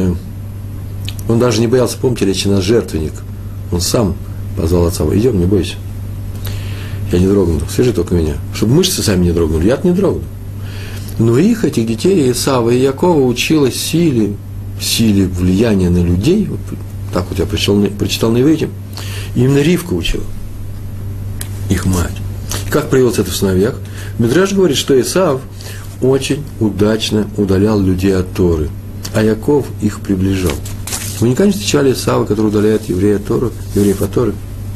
он даже не боялся, помните, речи на жертвенник. Он сам позвал отца: идем, не бойся. Я не дрогну, свяжи только меня. Чтобы мышцы сами не дрогнули, я-то не дрогну. Но их, этих детей, Исава и Якова, учила силе влияния на людей. Вот так вот я прочитал на иврите. Именно Ривка учила их мать. И как проявилось это в сыновьях? Мидраш говорит, что Исав очень удачно удалял людей от Торы, а Яков их приближал. Вы никогда не встречали Исава, который удаляет евреев от Торы?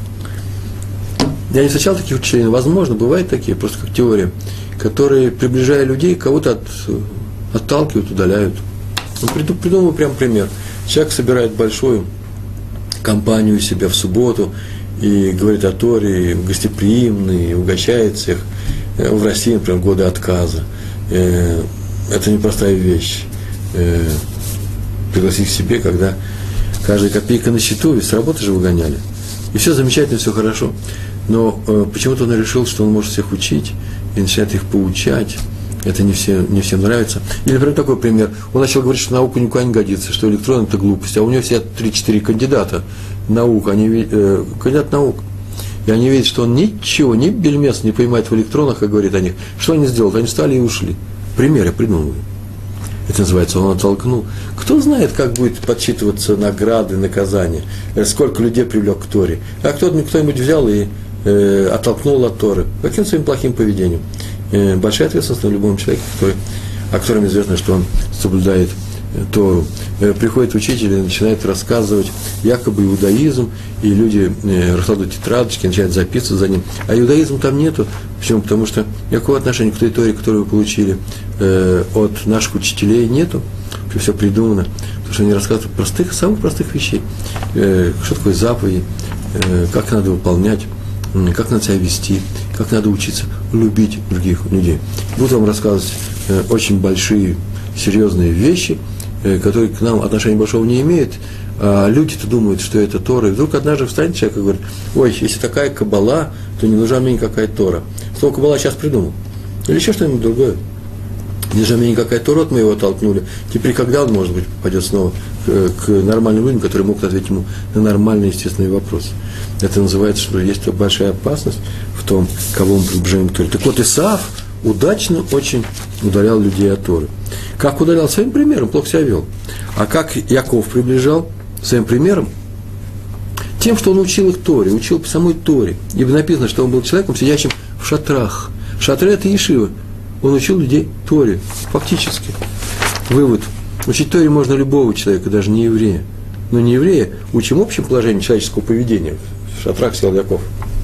Я не встречал таких учителей, но, возможно, бывают такие, просто как теория, которые, приближая людей, кого-то отталкивают, удаляют. Придумал прям пример. Человек собирает большую компанию у себя в субботу и говорит о Торе, гостеприимный, угощает всех. В России, например, годы отказа. Это непростая вещь. Пригласить к себе, когда каждая копейка на счету, ведь с работы же выгоняли. И все замечательно, все хорошо. Но почему-то он решил, что он может всех учить и начинает их поучать. Это не всем нравится. Или, например, такой пример. Он начал говорить, что наука никуда не годится, что электрон – это глупость. А у него все 3-4 кандидата наук, кандидат наук. И они видят, что он ничего, ни бельмес не понимает в электронах, как говорит о них. Что они сделали? Они встали и ушли. Пример я придумываю. Это называется, он оттолкнул. Кто знает, как будет подсчитываться награды, наказания, сколько людей привлек к Торе. А кто-нибудь взял и оттолкнул от Торы. Каким своим плохим поведением. Большая ответственность на любом человеке, о котором известно, что он соблюдает Тору. Приходит учитель и начинает рассказывать якобы иудаизм, и люди раскладывают тетрадочки, начинают записывать за ним. А иудаизма там нету. Почему? Потому что никакого отношения к той Торе, которую вы получили от наших учителей, нету. Все придумано. Потому что они рассказывают самых простых вещей. Что такое заповеди, как надо выполнять, как надо себя вести, как надо учиться любить других людей. Буду вам рассказывать очень большие, серьезные вещи, которые к нам отношения большого не имеют, а люди-то думают, что это Тора. И вдруг однажды встанет человек и говорит: ой, если такая каббала, то не нужна мне никакая Тора. Слово каббала сейчас придумал. Или еще что-нибудь другое. Не нужна мне никакая Тора, вот мы его оттолкнули. Теперь когда он, может быть, пойдет снова к нормальным людям, которые могут ответить ему на нормальные, естественные вопросы? Это называется, что есть большая опасность в том, кого мы приближаем к Торе. Так вот, Исав удачно очень удалял людей от Торы. Как удалял? Своим примером, плохо себя вел. А как Яков приближал? Своим примером? Тем, что он учил их Торе, учил по самой Торе. Ибо написано, что он был человеком, сидящим в шатрах. Шатры – это ешива. Он учил людей Торе, фактически. Вывод. Учить Торе можно любого человека, даже не еврея. Но не еврея учим общим положением человеческого поведения. В шатрах сел Яков.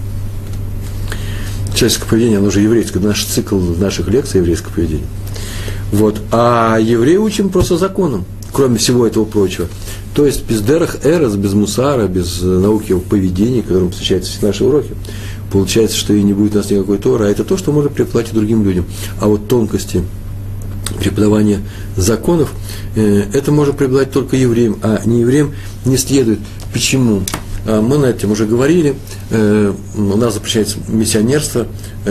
Человеческое поведение, оно же еврейское. Наш цикл наших лекций – еврейское поведение. Вот. А евреи учим просто законом, кроме всего этого прочего. То есть без дерах эрес, без мусара, без науки о поведении, которым встречаются все наши уроки, получается, что и не будет у нас никакой Торы, а это то, что можно преподавать и другим людям. А вот тонкости преподавания законов, это можно преподавать только евреям, а не евреям не следует. Почему? Мы на этом уже говорили, у нас запрещается миссионерство,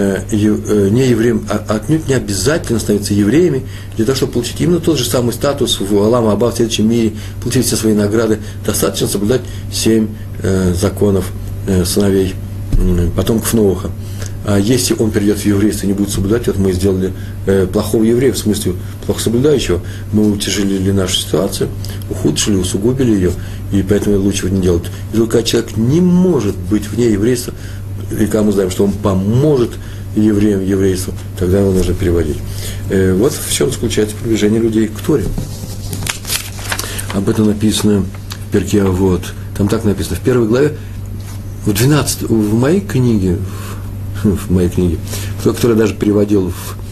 не евреям, отнюдь не обязательно становиться евреями, для того, чтобы получить именно тот же самый статус в Олам Аба, в следующем мире, получить все свои награды, достаточно соблюдать 7 законов сыновей, потомков Ноаха. А если он перейдет в еврейство и не будет соблюдать, вот мы сделали плохого еврея, в смысле плохо соблюдающего, мы утяжелили нашу ситуацию, ухудшили, усугубили ее, и поэтому лучше его не делать. И только когда человек не может быть вне еврейства, и когда мы знаем, что он поможет евреям еврейству, тогда его нужно переводить. Вот в чем заключается приближение людей к Торе. Об этом написано в Перкей Авот. Там так написано, в 1 главе, в моей книге, который я даже переводил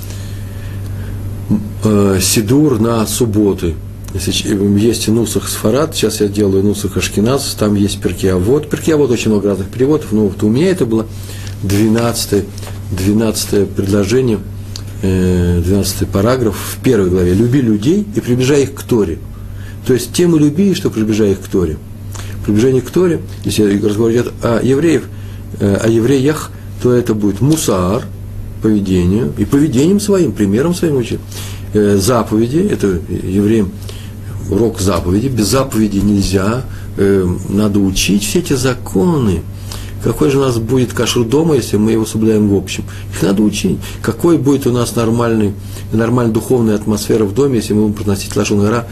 в Сидур на субботы. Есть нусах Сфарад, сейчас я делаю нусах Ашкеназ, там есть Перкей Авот. Перкей Авот очень много разных переводов, но вот у меня это было 12 предложение, 12 параграф в 1 главе. «Люби людей и приближай их к Торе». То есть, тем и люби, что приближай их к Торе. Приближение к Торе, если разговор идет о евреях, то это будет мусар, поведению, и поведением своим, примером своим учить. Заповеди, это евреям урок заповеди, без заповеди нельзя, надо учить все эти законы. Какой же у нас будет кашрут дома, если мы его соблюдаем в общем? Их надо учить. Какой будет у нас нормальная духовная атмосфера в доме, если мы будем произносить лашон гара,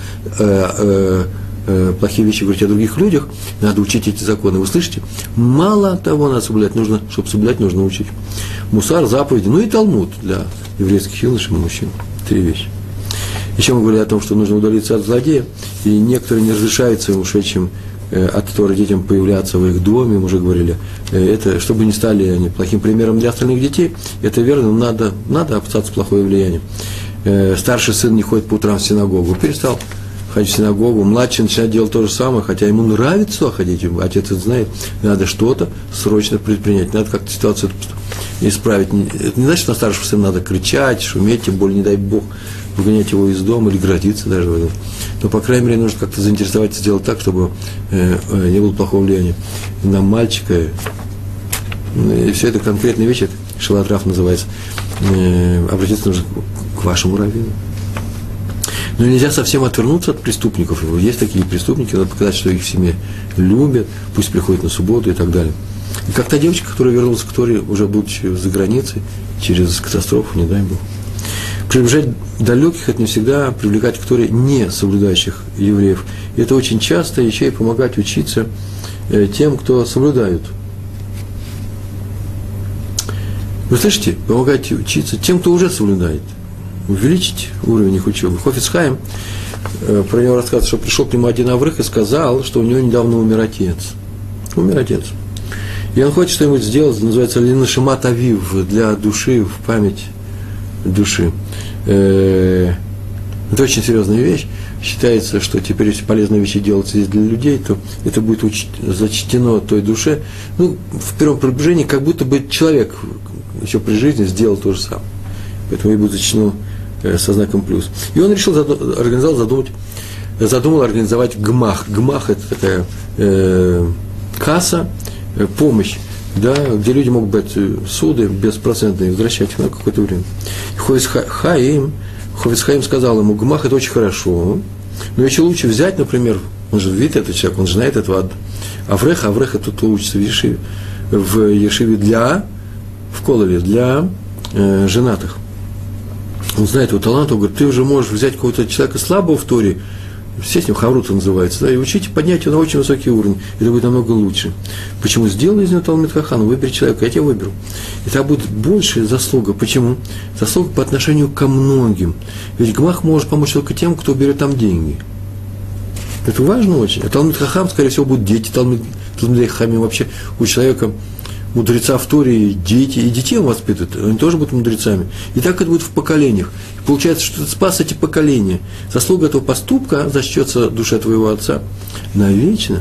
плохие вещи говорить о других людях, надо учить эти законы. Вы слышите? Мало того надо соблюдать, чтобы соблюдать, нужно учить. Мусар, заповеди, ну и Талмуд для еврейских юношей и мужчин. 3 вещи. Еще мы говорили о том, что нужно удалиться от злодея, и некоторые не разрешают своим ушедшим от Торы детям появляться в их доме, мы уже говорили, это, чтобы не стали они плохим примером для остальных детей, это верно, но надо опасаться плохое влияние. Старший сын не ходит по утрам в синагогу, перестал ходить в синагогу, младший начинает делать то же самое, хотя ему нравится ходить, отец это знает, надо что-то срочно предпринять, надо как-то ситуацию исправить. Это не значит, что на старшего сына надо кричать, шуметь, тем более, не дай Бог, выгонять его из дома или грозиться даже в этом. Но, по крайней мере, нужно как-то заинтересовать, сделать так, чтобы не было плохого влияния на мальчика. И все это конкретные вещи, это шелат-рав называется. Обратиться нужно к вашему раввину. Но нельзя совсем отвернуться от преступников. Есть такие преступники, надо показать, что их в семье любят, пусть приходят на субботу и так далее. И как та девочка, которая вернулась к Торе, уже будучи за границей, через катастрофу, не дай Бог. Приближать далеких – это не всегда привлекать к Торе не соблюдающих евреев. И это очень часто еще и помогать учиться тем, кто соблюдают. Вы слышите? Помогать учиться тем, кто уже соблюдает. Увеличить уровень их учебы. Хофец Хаим, про него рассказывает, что пришел к нему один аврых и сказал, что у него недавно умер отец. Умер отец. И он хочет что-нибудь сделать, называется линашимат авив, для души, в память души. Это очень серьезная вещь. Считается, что теперь, если полезные вещи делаются здесь для людей, то это будет зачтено той душе. Ну, в первом приближении, как будто бы человек еще при жизни сделал то же самое. Поэтому и будет зачтено со знаком плюс. И он решил задумал организовать гмах. Гмах – это такая касса, помощь, да, где люди могут брать суды беспроцентные, возвращать их на какое-то время. Хофец Хаим сказал ему: гмах – это очень хорошо, но еще лучше взять, например, он же видит этот человек, он же знает этого авреха, авреха тут учится в ешиве в кололе для женатых. Он знает его талант, он говорит: ты уже можешь взять какого-то человека слабого в Торе, все с ним хаврута называется, да, и учить, поднять его на очень высокий уровень, это будет намного лучше. Почему? Сделай из него Талмид Хахам, выбери человека, я тебя выберу. И это будет большая заслуга. Почему? Заслуга по отношению ко многим. Ведь гмах может помочь только тем, кто берет там деньги. Это важно очень. А Талмид Хахам, скорее всего, будут дети Талмид Хахамим. Вообще у человека, мудреца в Торе, и дети, и детей он воспитывает, они тоже будут мудрецами. И так это будет в поколениях. И получается, что ты спас эти поколения. Заслуга этого поступка зачтется душе твоего отца навечно.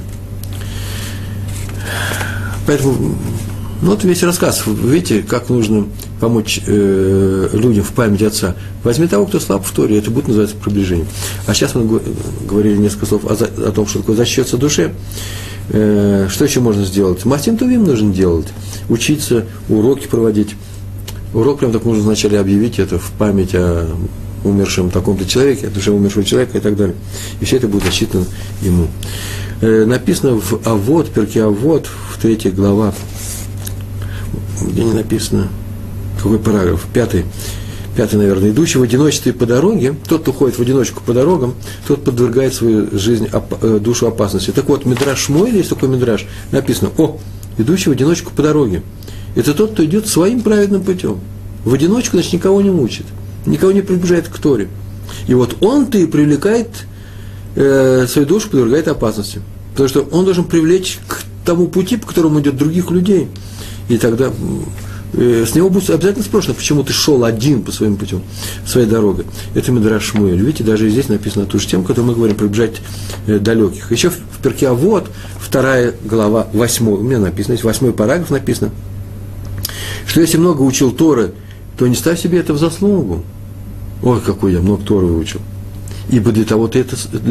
Поэтому, вот весь рассказ. Вы видите, как нужно помочь людям в память отца. Возьми того, кто слаб в Торе, это будет называться приближением. А сейчас мы говорили несколько слов о том, что такое зачтется душе. Что еще можно сделать? Мастим тувим нужно делать. Учиться, уроки проводить. Урок прям так нужно вначале объявить, это в память о умершем таком-то человеке, о душе умершего человека и так далее. И все это будет засчитано ему. Написано в Авот, Перкей Авот, в 3 глава, где не написано, какой параграф? Пятый, наверное. Идущий в одиночестве по дороге, тот, кто ходит в одиночку по дорогам, тот подвергает свою жизнь, душу опасности. Так вот, Мидраш Шмуэля, есть такой Мидраш, написано: идущий в одиночку по дороге. Это тот, кто идет своим праведным путем. В одиночку, значит, никого не мучит, никого не приближает к Торе. И вот он-то и привлекает свою душу, подвергает опасности. Потому что он должен привлечь к тому пути, по которому идет других людей. И тогда с него будет обязательно спрошено, почему ты шел один по своим путем, своей дорогой. Это Мидраш Шмуэль. Видите, даже здесь написано ту же тему, которую мы говорим, приближать далеких. Еще в Перке Авот, 2 глава, 8, у меня написано, здесь 8 параграф написано, что если много учил Торы, то не ставь себе это в заслугу. Ой, какой я много Торы выучил. Ибо для этого ты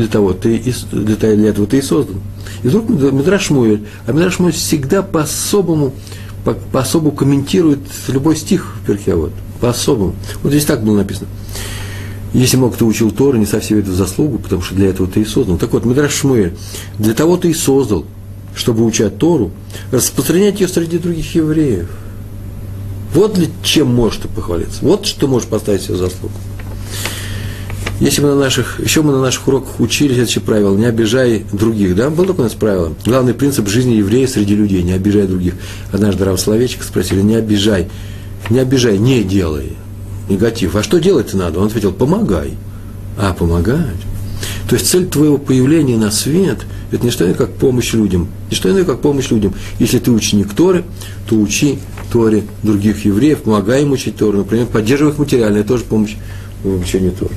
и создан. И вдруг Мидраш Шмуэль, а Мидраш Шмуэль всегда по-особому комментирует любой стих в Перке Авот. По-особому. Вот здесь так было написано. Если много кто учил Тору, не ставь себе это в заслугу, потому что для этого ты и создан. Так вот, Мидраш Шмуэль, для того ты и создал, чтобы учать Тору, распространять ее среди других евреев. Вот ли чем можешь ты похвалиться. Вот что можешь поставить себе в заслугу. Если мы на наших уроках учили следующее правило: не обижай других, да? Было такое у нас правило. Главный принцип жизни еврея среди людей: не обижай других. Однажды Рав Соловейчик спросили: не обижай, не делай негатив. А что делать-то надо? Он ответил: помогай. Помогать. То есть цель твоего появления на свет – это не что иное, как помощь людям. Не что иное, как помощь людям. Если ты ученик Торы, то учи Торе других евреев, помогай им учить Тору. Например, поддерживай их материально, это тоже помощь в обучении Торы.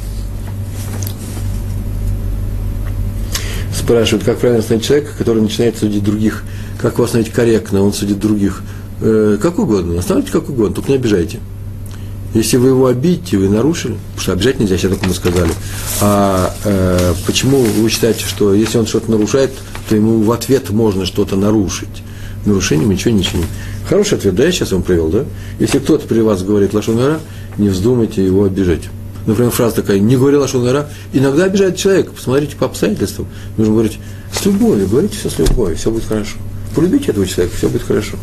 Спрашивают, как правильно остановить человека, который начинает судить других, как его остановить корректно, он судит других, как угодно, остановите как угодно, только не обижайте. Если вы его обидите, вы нарушили, потому что обижать нельзя, сейчас только мы сказали. Почему вы считаете, что если он что-то нарушает, то ему в ответ можно что-то нарушить? Нарушением ничего не чиним. Хороший ответ, да, я сейчас вам привел, да? Если кто-то при вас говорит лашон ара, не вздумайте его обижать. Например, фраза такая: не говори лашон ара. Иногда обижает человека, посмотрите по обстоятельствам. Нужно говорить с любовью, говорите все с любовью, все будет хорошо. Полюбите этого человека, все будет хорошо.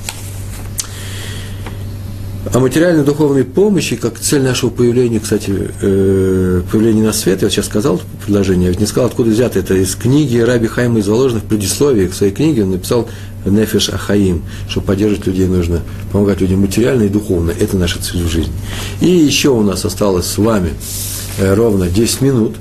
О материальной духовной помощи, как цель нашего появления, кстати, появления на свет, я вот сейчас сказал предложение, я ведь не сказал, откуда взято это, из книги Раби Хаима из Воложина, в предисловии к своей книге он написал «Нефеш Ахаим», чтобы поддерживать людей нужно, помогать людям материально и духовно, это наша цель в жизни. И еще у нас осталось с вами ровно 10 минут,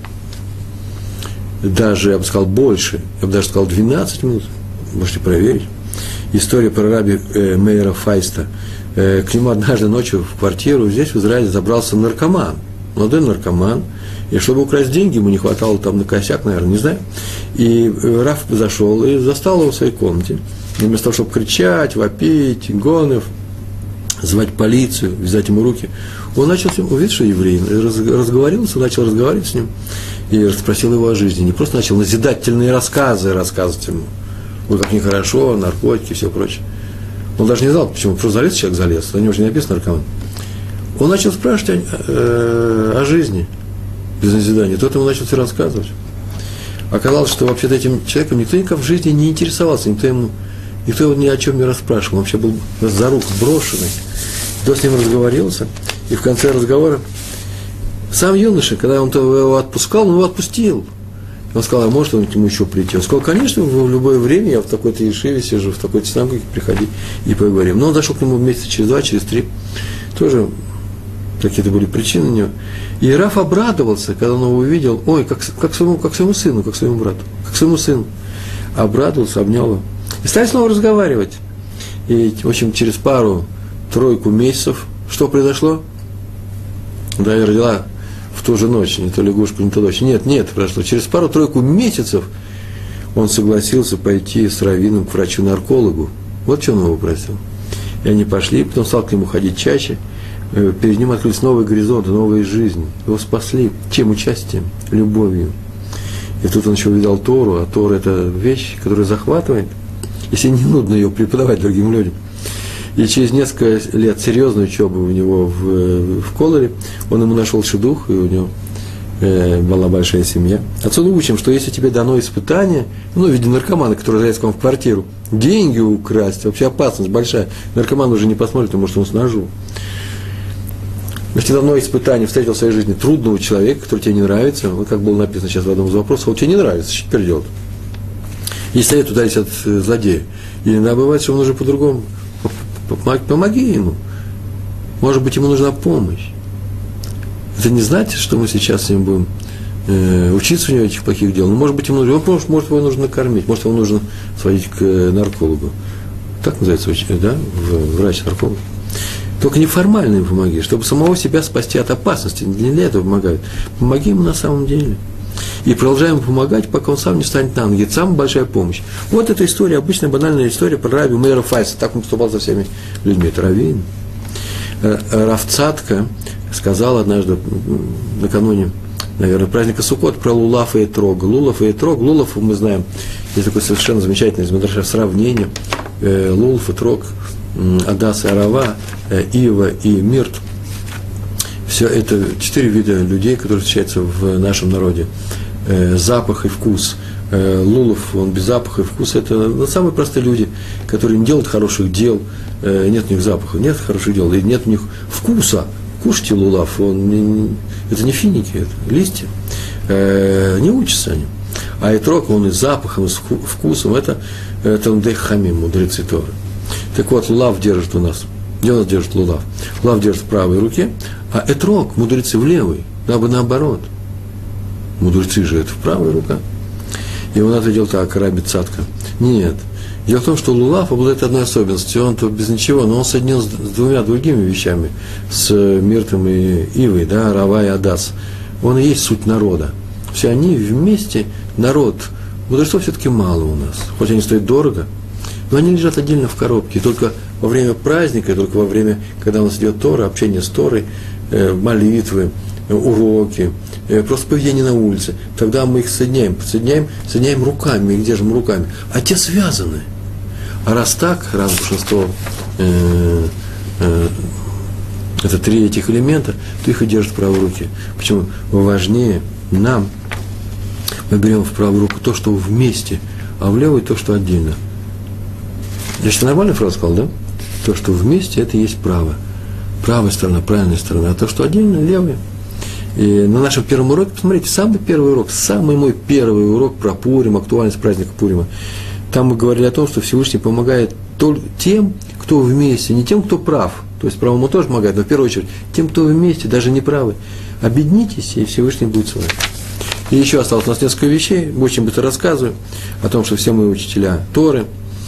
даже, я бы сказал, больше, я бы даже сказал 12 минут, можете проверить. История про раби Мейера Файста. К нему однажды ночью в квартиру здесь, в Израиле, забрался наркоман, молодой наркоман, и чтобы украсть деньги, ему не хватало там на косяк, наверное, не знаю. И Рав зашел и застал его в своей комнате. И вместо того, чтобы кричать, вопить, гонов, звать полицию, вязать ему руки, он начал, увидел, что еврей, разговорился, начал разговаривать с ним и расспросил его о жизни. Не просто начал назидательные рассказы рассказывать ему. Ой, как нехорошо, наркотики и все прочее. Он даже не знал, почему. Просто человек залез. На него же не написано наркоман. Он начал спрашивать о жизни без назидания. Тот ему начал все рассказывать. Оказалось, что вообще-то этим человеком никто никак в жизни не интересовался. Никто его ни о чем не расспрашивал. Он вообще был за рук брошенный. Кто с ним разговорился. И в конце разговора сам юноша, когда он его отпускал, он его отпустил. Он сказал: а может он к нему еще прийти? Он сказал: конечно, в любое время я в такой-то ешиве сижу, в такой-то синагоге, приходи и поговорим. Но он зашел к нему месяца через 2, через 3. Тоже какие-то были причины у него. И Рав обрадовался, когда он его увидел. Ой, как своему сыну, как своему брату, как своему сыну. Обрадовался, обнял его. И стали снова разговаривать. И, в общем, через пару-тройку месяцев что произошло? Да, я родила в ту же ночь, не то лягушку, не то дочь. Нет, прошло. Через пару-тройку месяцев он согласился пойти с раввином к врачу-наркологу. Вот что он его просил. И они пошли, потом стал к нему ходить чаще. Перед ним открылись новые горизонты, новые жизни. Его спасли. Чем? Участием, любовью. И тут он еще увидел Тору, а Тора – это вещь, которая захватывает, если не нудно ее преподавать другим людям. И через несколько лет серьезной учебы у него в Колоре он ему нашел шидух, и у него была большая семья. Отсюда учим, что если тебе дано испытание, в виде наркомана, который залез к вам в квартиру, деньги украсть, вообще опасность большая. Наркоман уже не посмотрит, потому что он с ножом. Если давно испытание встретил в своей жизни трудного человека, который тебе не нравится, вот как было написано сейчас в одном из вопросов, он тебе не нравится, что теперь делать? И совет ударить от злодея. И иногда бывает, что ему нужно по-другому. Помоги ему. Может быть, ему нужна помощь. Это не значит, что мы сейчас с ним будем учиться у него этих плохих дел. Но, может быть, ему нужно, может, его нужно накормить, может, его нужно сводить к наркологу. Так называется, да, врач-нарколог. Только неформально ему помоги, чтобы самого себя спасти от опасности. Не для этого помогают. Помоги ему на самом деле. И продолжаем помогать, пока он сам не станет на ноги. Это самая большая помощь. Вот эта история, обычная банальная история про Раби Мейра Файса. Так он поступал со всеми людьми. Это раввин. Рав Цатка сказал однажды, накануне, наверное, праздника Суккот, про Лулав и Этрог. Лулав и Этрог. Лулав, мы знаем, есть такое совершенно замечательное из Мидраша сравнение. Лулав, Этрог, Адас и Арава, Ива и Мирт. Все это 4 вида людей, которые встречаются в нашем народе. Запах и вкус. Лулов, он без запаха и вкуса. Это самые простые люди, которые не делают хороших дел. Нет у них запаха, нет хороших дел, и нет у них вкуса. Кушайте лулав, это не финики, это листья. Не учатся они. А этрог, он и с запахом, и с вкусом, это талмидей хамим, мудрецы Торы. Так вот, лулав держит у нас. Где у нас держит лулав? Лулав держит в правой руке, а этрог, мудрецы в левой, дабы наоборот. Мудрецы же это в правой рука. И он ответил так, Раби Цатка. Нет. Дело в том, что лулав обладает одной особенностью. Он-то без ничего, но он соединен с двумя другими вещами. С Миртом и Ивой, да, Рава и Адас. Он и есть суть народа. Все они вместе народ. Мудрецов все-таки мало у нас. Хоть они стоят дорого, но они лежат отдельно в коробке. И только во время праздника, только во время, когда у нас идет Тора, общение с Торой, молитвы, уроки, просто поведение на улице, тогда мы их соединяем руками, мы их держим руками, а те связаны. А раз так, раз большинство это 3 этих элемента, то их и держат в правой руке. Почему? Важнее нам, мы берем в правую руку то, что вместе, а в левую то, что отдельно. Я что, нормальную фразу сказал, да? То, что вместе, это и есть право. Правая сторона, правильная сторона, а то, что отдельно, левая. И на нашем первом уроке, посмотрите, самый первый урок, самый мой первый урок про Пурим, актуальность праздника Пурима. Там мы говорили о том, что Всевышний помогает только тем, кто вместе, не тем, кто прав. То есть правому тоже помогает, но в первую очередь тем, кто вместе, даже не правы. Объединитесь, и Всевышний будет с вами. И еще осталось у нас несколько вещей, очень быстро рассказываю о том, что все мы учителя Торы,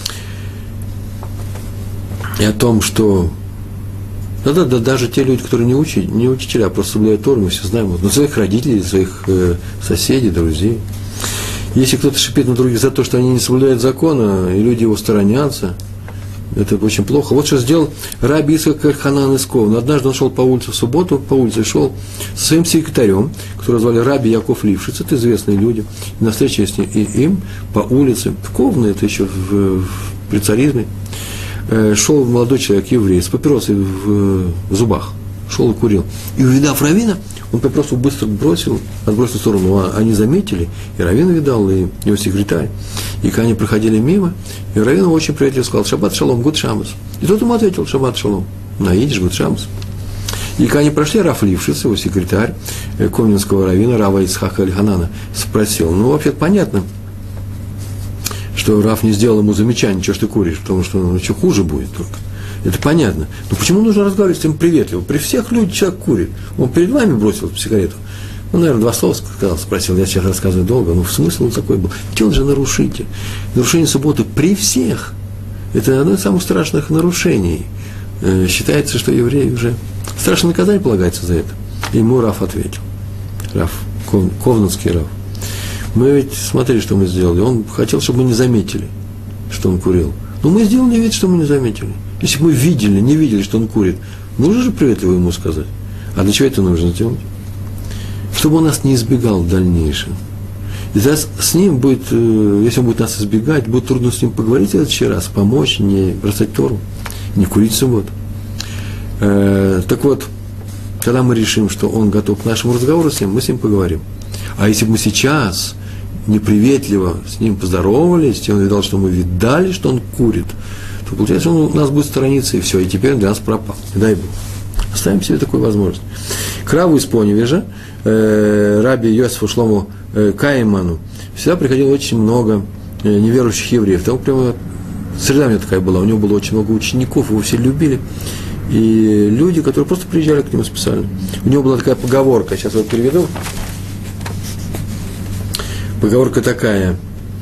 и о том, что да, даже те люди, которые не учителя, а просто соблюдают Тору, мы все знаем, но своих родителей, своих соседей, друзей. Если кто-то шипит на других за то, что они не соблюдают закона, и люди его сторонятся, это очень плохо. Вот что сделал Раби Ицхак Эль-Ханан из Ковна. Однажды он шел по улице в субботу, по улице шел со своим секретарем, которого звали Раби Яков Лившиц, это известные люди. И на встрече с ним, и им по улице, в Ковна, это еще при царизме, шел молодой человек, еврей, с папиросой в зубах, шел и курил. И увидав раввина, он папиросу быстро отбросил в сторону, а они заметили, и раввин видал, и его секретарь. И когда они проходили мимо, и раввин очень приятельно сказал: «Шаббат шалом, гуд шамас». И тот ему ответил: «Шаббат шалом». На идиш, гуд шамас. И когда они прошли, Рав Лившиц, его секретарь, ковнинского раввина, Рава Ицхака Эль-Ханана, спросил: «Ну, вообще-то понятно, что Рав не сделал ему замечание, что ж ты куришь, потому что что хуже будет только. Это понятно. Но почему нужно разговаривать с ним приветливо? При всех людях человек курит. Он перед вами бросил сигарету. Ну, наверное, 2 слова сказал, спросил, я сейчас рассказываю долго, но смысл он такой был. Ведь он же нарушитель. Нарушение субботы при всех. Это одно из самых страшных нарушений. Считается, что евреи уже... Страшное наказание полагается за это. И ему Рав ответил. Рав, ковнинский Рав. Мы ведь смотрели, что мы сделали. Он хотел, чтобы мы не заметили, что он курил. Но мы сделали вид, что мы не заметили. Если бы мы не видели, что он курит, нужно же приветливо ему сказать. А для чего это нужно сделать? Чтобы он нас не избегал в дальнейшем. И тогда с ним будет, если он будет нас избегать, будет трудно с ним поговорить в следующий раз, помочь, не бросать Тору, не курить в субботу. Так вот, когда мы решим, что он готов к нашему разговору с ним, мы с ним поговорим. А если бы мы сейчас неприветливо с ним поздоровались, и он видал, что мы видали, что он курит, то получается, он у нас будет сторониться, и все, и теперь для нас пропал. Дай Бог. Оставим себе такую возможность. К Раву из Поневежа, Раби Йосифу Шлому Кайману, всегда приходило очень много неверующих евреев. Там прямо среда у него такая была, у него было очень много учеников, его все любили. И люди, которые просто приезжали к нему специально. У него была такая поговорка, сейчас вот переведу. Поговорка такая.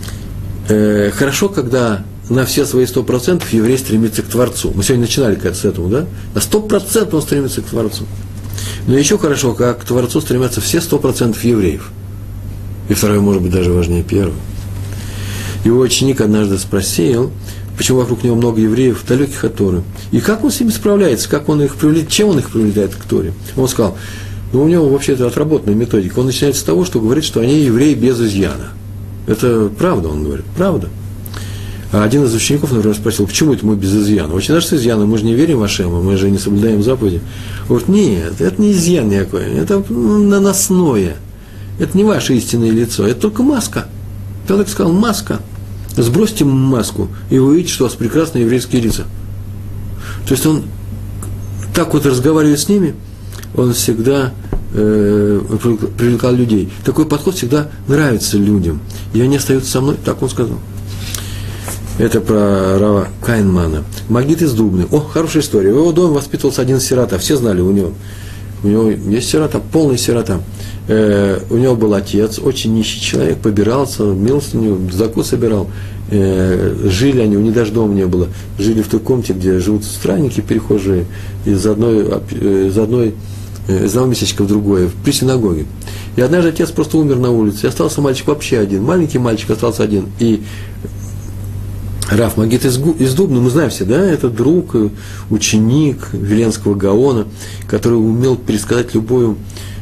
Хорошо, когда на все свои 100% еврей стремится к Творцу. Мы сегодня начинали с этого, да? На 100% он стремится к Творцу. Но еще хорошо, как к Творцу стремятся все 100% евреев. И второе, может быть, даже важнее первого. Его ученик однажды спросил, почему вокруг него много евреев, далеких от Торы. И как он с ними справляется, как он их привлекает, чем он их привлекает к Торе. Он сказал, у него вообще это отработанная методика. Он начинает с того, что говорит, что они евреи без изъяна. Это правда, он говорит, правда. А один из учеников, например, спросил, почему это мы без изъяна? Очень даже с изъяном, мы же не верим в Ашема, мы же не соблюдаем заповеди. Он говорит, нет, это не изъян никакой, это наносное. Это не ваше истинное лицо, это только маска. Человек сказал, маска. Сбросьте маску, и вы увидите, что у вас прекрасные еврейские лица. То есть он так вот разговаривает с ними, он всегда привлекал людей. Такой подход всегда нравится людям. И они остаются со мной, так он сказал. Это про Рава Кайнмана. Магид из Дубны. О, хорошая история. В его доме воспитывался один сирота. Все знали у него есть сирота, полный сирота. У него был отец, очень нищий человек, побирался, милостыню, закус собирал. Жили они, у них даже дома не было. Жили в той комнате, где живут странники, перехожие, из одного местечка в другое, при синагоге. И однажды отец просто умер на улице, и остался мальчик вообще один. Маленький мальчик остался один. И Рав Магид из Дубны, мы знаем все, да, это друг, ученик Виленского Гаона, который умел пересказать любую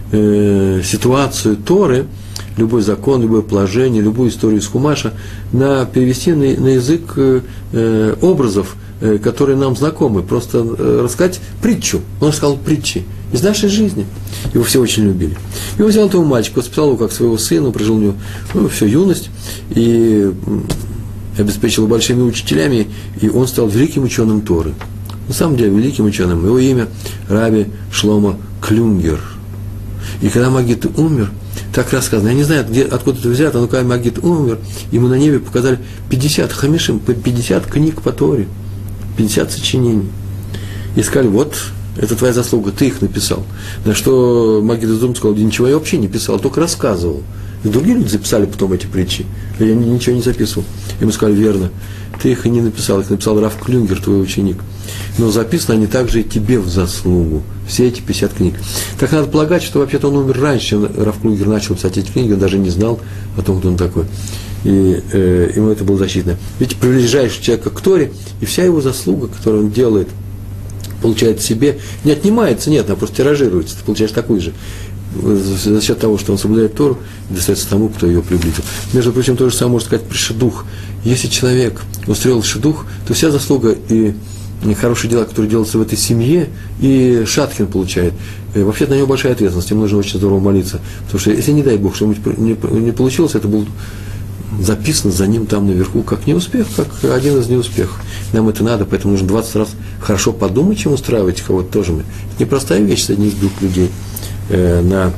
ситуацию Торы, любой закон, любое положение, любую историю из Хумаша, перевести на язык образов, которые нам знакомы, просто рассказать притчу. Он сказал притчи из нашей жизни. Его все очень любили. И он взял этого мальчика, воспитал его как своего сына, прожил у него всю юность, и обеспечил его большими учителями, и он стал великим ученым Торы. На самом деле, великим ученым. Его имя Раби Шломо Клюнгер. И когда Магид умер, так рассказано, я не знаю, откуда это взято, но когда Магид умер, ему на небе показали 50 хамишим, 50 книг по Торе, 50 сочинений. И сказали, вот, это твоя заслуга, ты их написал. На что Магид из Дубны сказал, ничего я вообще не писал, только рассказывал. И другие люди записали потом эти притчи. Я ничего не записывал. Ему сказали, верно, ты их и не написал, их написал Рав Клюнгер, твой ученик. Но записаны они также и тебе в заслугу. Все эти 50 книг. Так надо полагать, что вообще-то он умер раньше, чем Рав Клюнгер начал писать эти книги, он даже не знал о том, кто он такой. И ему это было защитно. Ведь приближаешь человека к Торе, и вся его заслуга, которую он делает, получает себе, не отнимается, нет, она просто тиражируется. Ты получаешь такую же. За счет того, что он соблюдает Тору, достается тому, кто ее приблизил. Между прочим, то же самое можно сказать при шедух. Если человек устроил шедух, то вся заслуга и хорошие дела, которые делаются в этой семье, и Шатхин получает. Вообще-то на него большая ответственность, ему нужно очень здорово молиться. Потому что если, не дай Бог, что-нибудь не получилось, это было записано за ним там наверху как неуспех, как один из неуспехов. Нам это надо, поэтому нужно 20 раз хорошо подумать, чем устраивать кого-то тоже. Это непростая вещь с одних двух людей на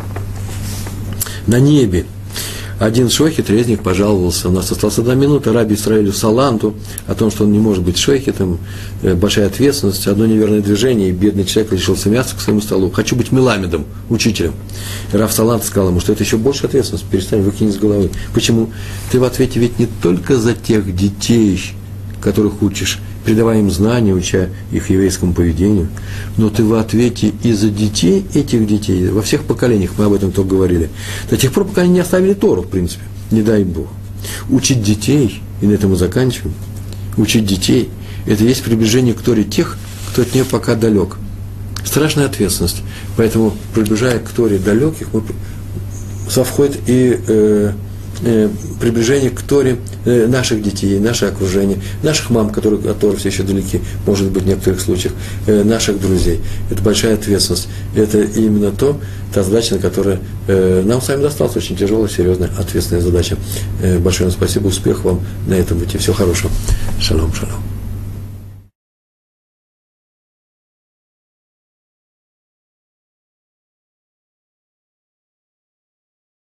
небе. Один шохет, резник, пожаловался. У нас осталась 1 минута Раби Исраилю Саланту о том, что он не может быть шохетом, большая ответственность, одно неверное движение, и бедный человек лишился мяса к своему столу. Хочу быть меламедом, учителем. И Рав Салант сказал ему, что это еще больше ответственность, перестань, выкинь с головы. Почему? Ты в ответе ведь не только за тех детей, которых учишь, передавая им знания, уча их еврейскому поведению, но ты в ответе и за детей этих детей, во всех поколениях, мы об этом только говорили, до тех пор, пока они не оставили Тору, в принципе, не дай Бог. Учить детей, и на этом мы заканчиваем, учить детей, это есть приближение к Торе тех, кто от нее пока далек. Страшная ответственность, поэтому, приближая к Торе далеких, совходит и приближение к Торе наших детей, наше окружение, наших мам, которые от Торы все еще далеки, может быть, в некоторых случаях, наших друзей. Это большая ответственность. Это именно та задача, на которую нам с вами досталась, очень тяжелая, серьезная, ответственная задача. Большое вам спасибо, успехов вам на этом пути. Всего хорошего. Шалом, шалом.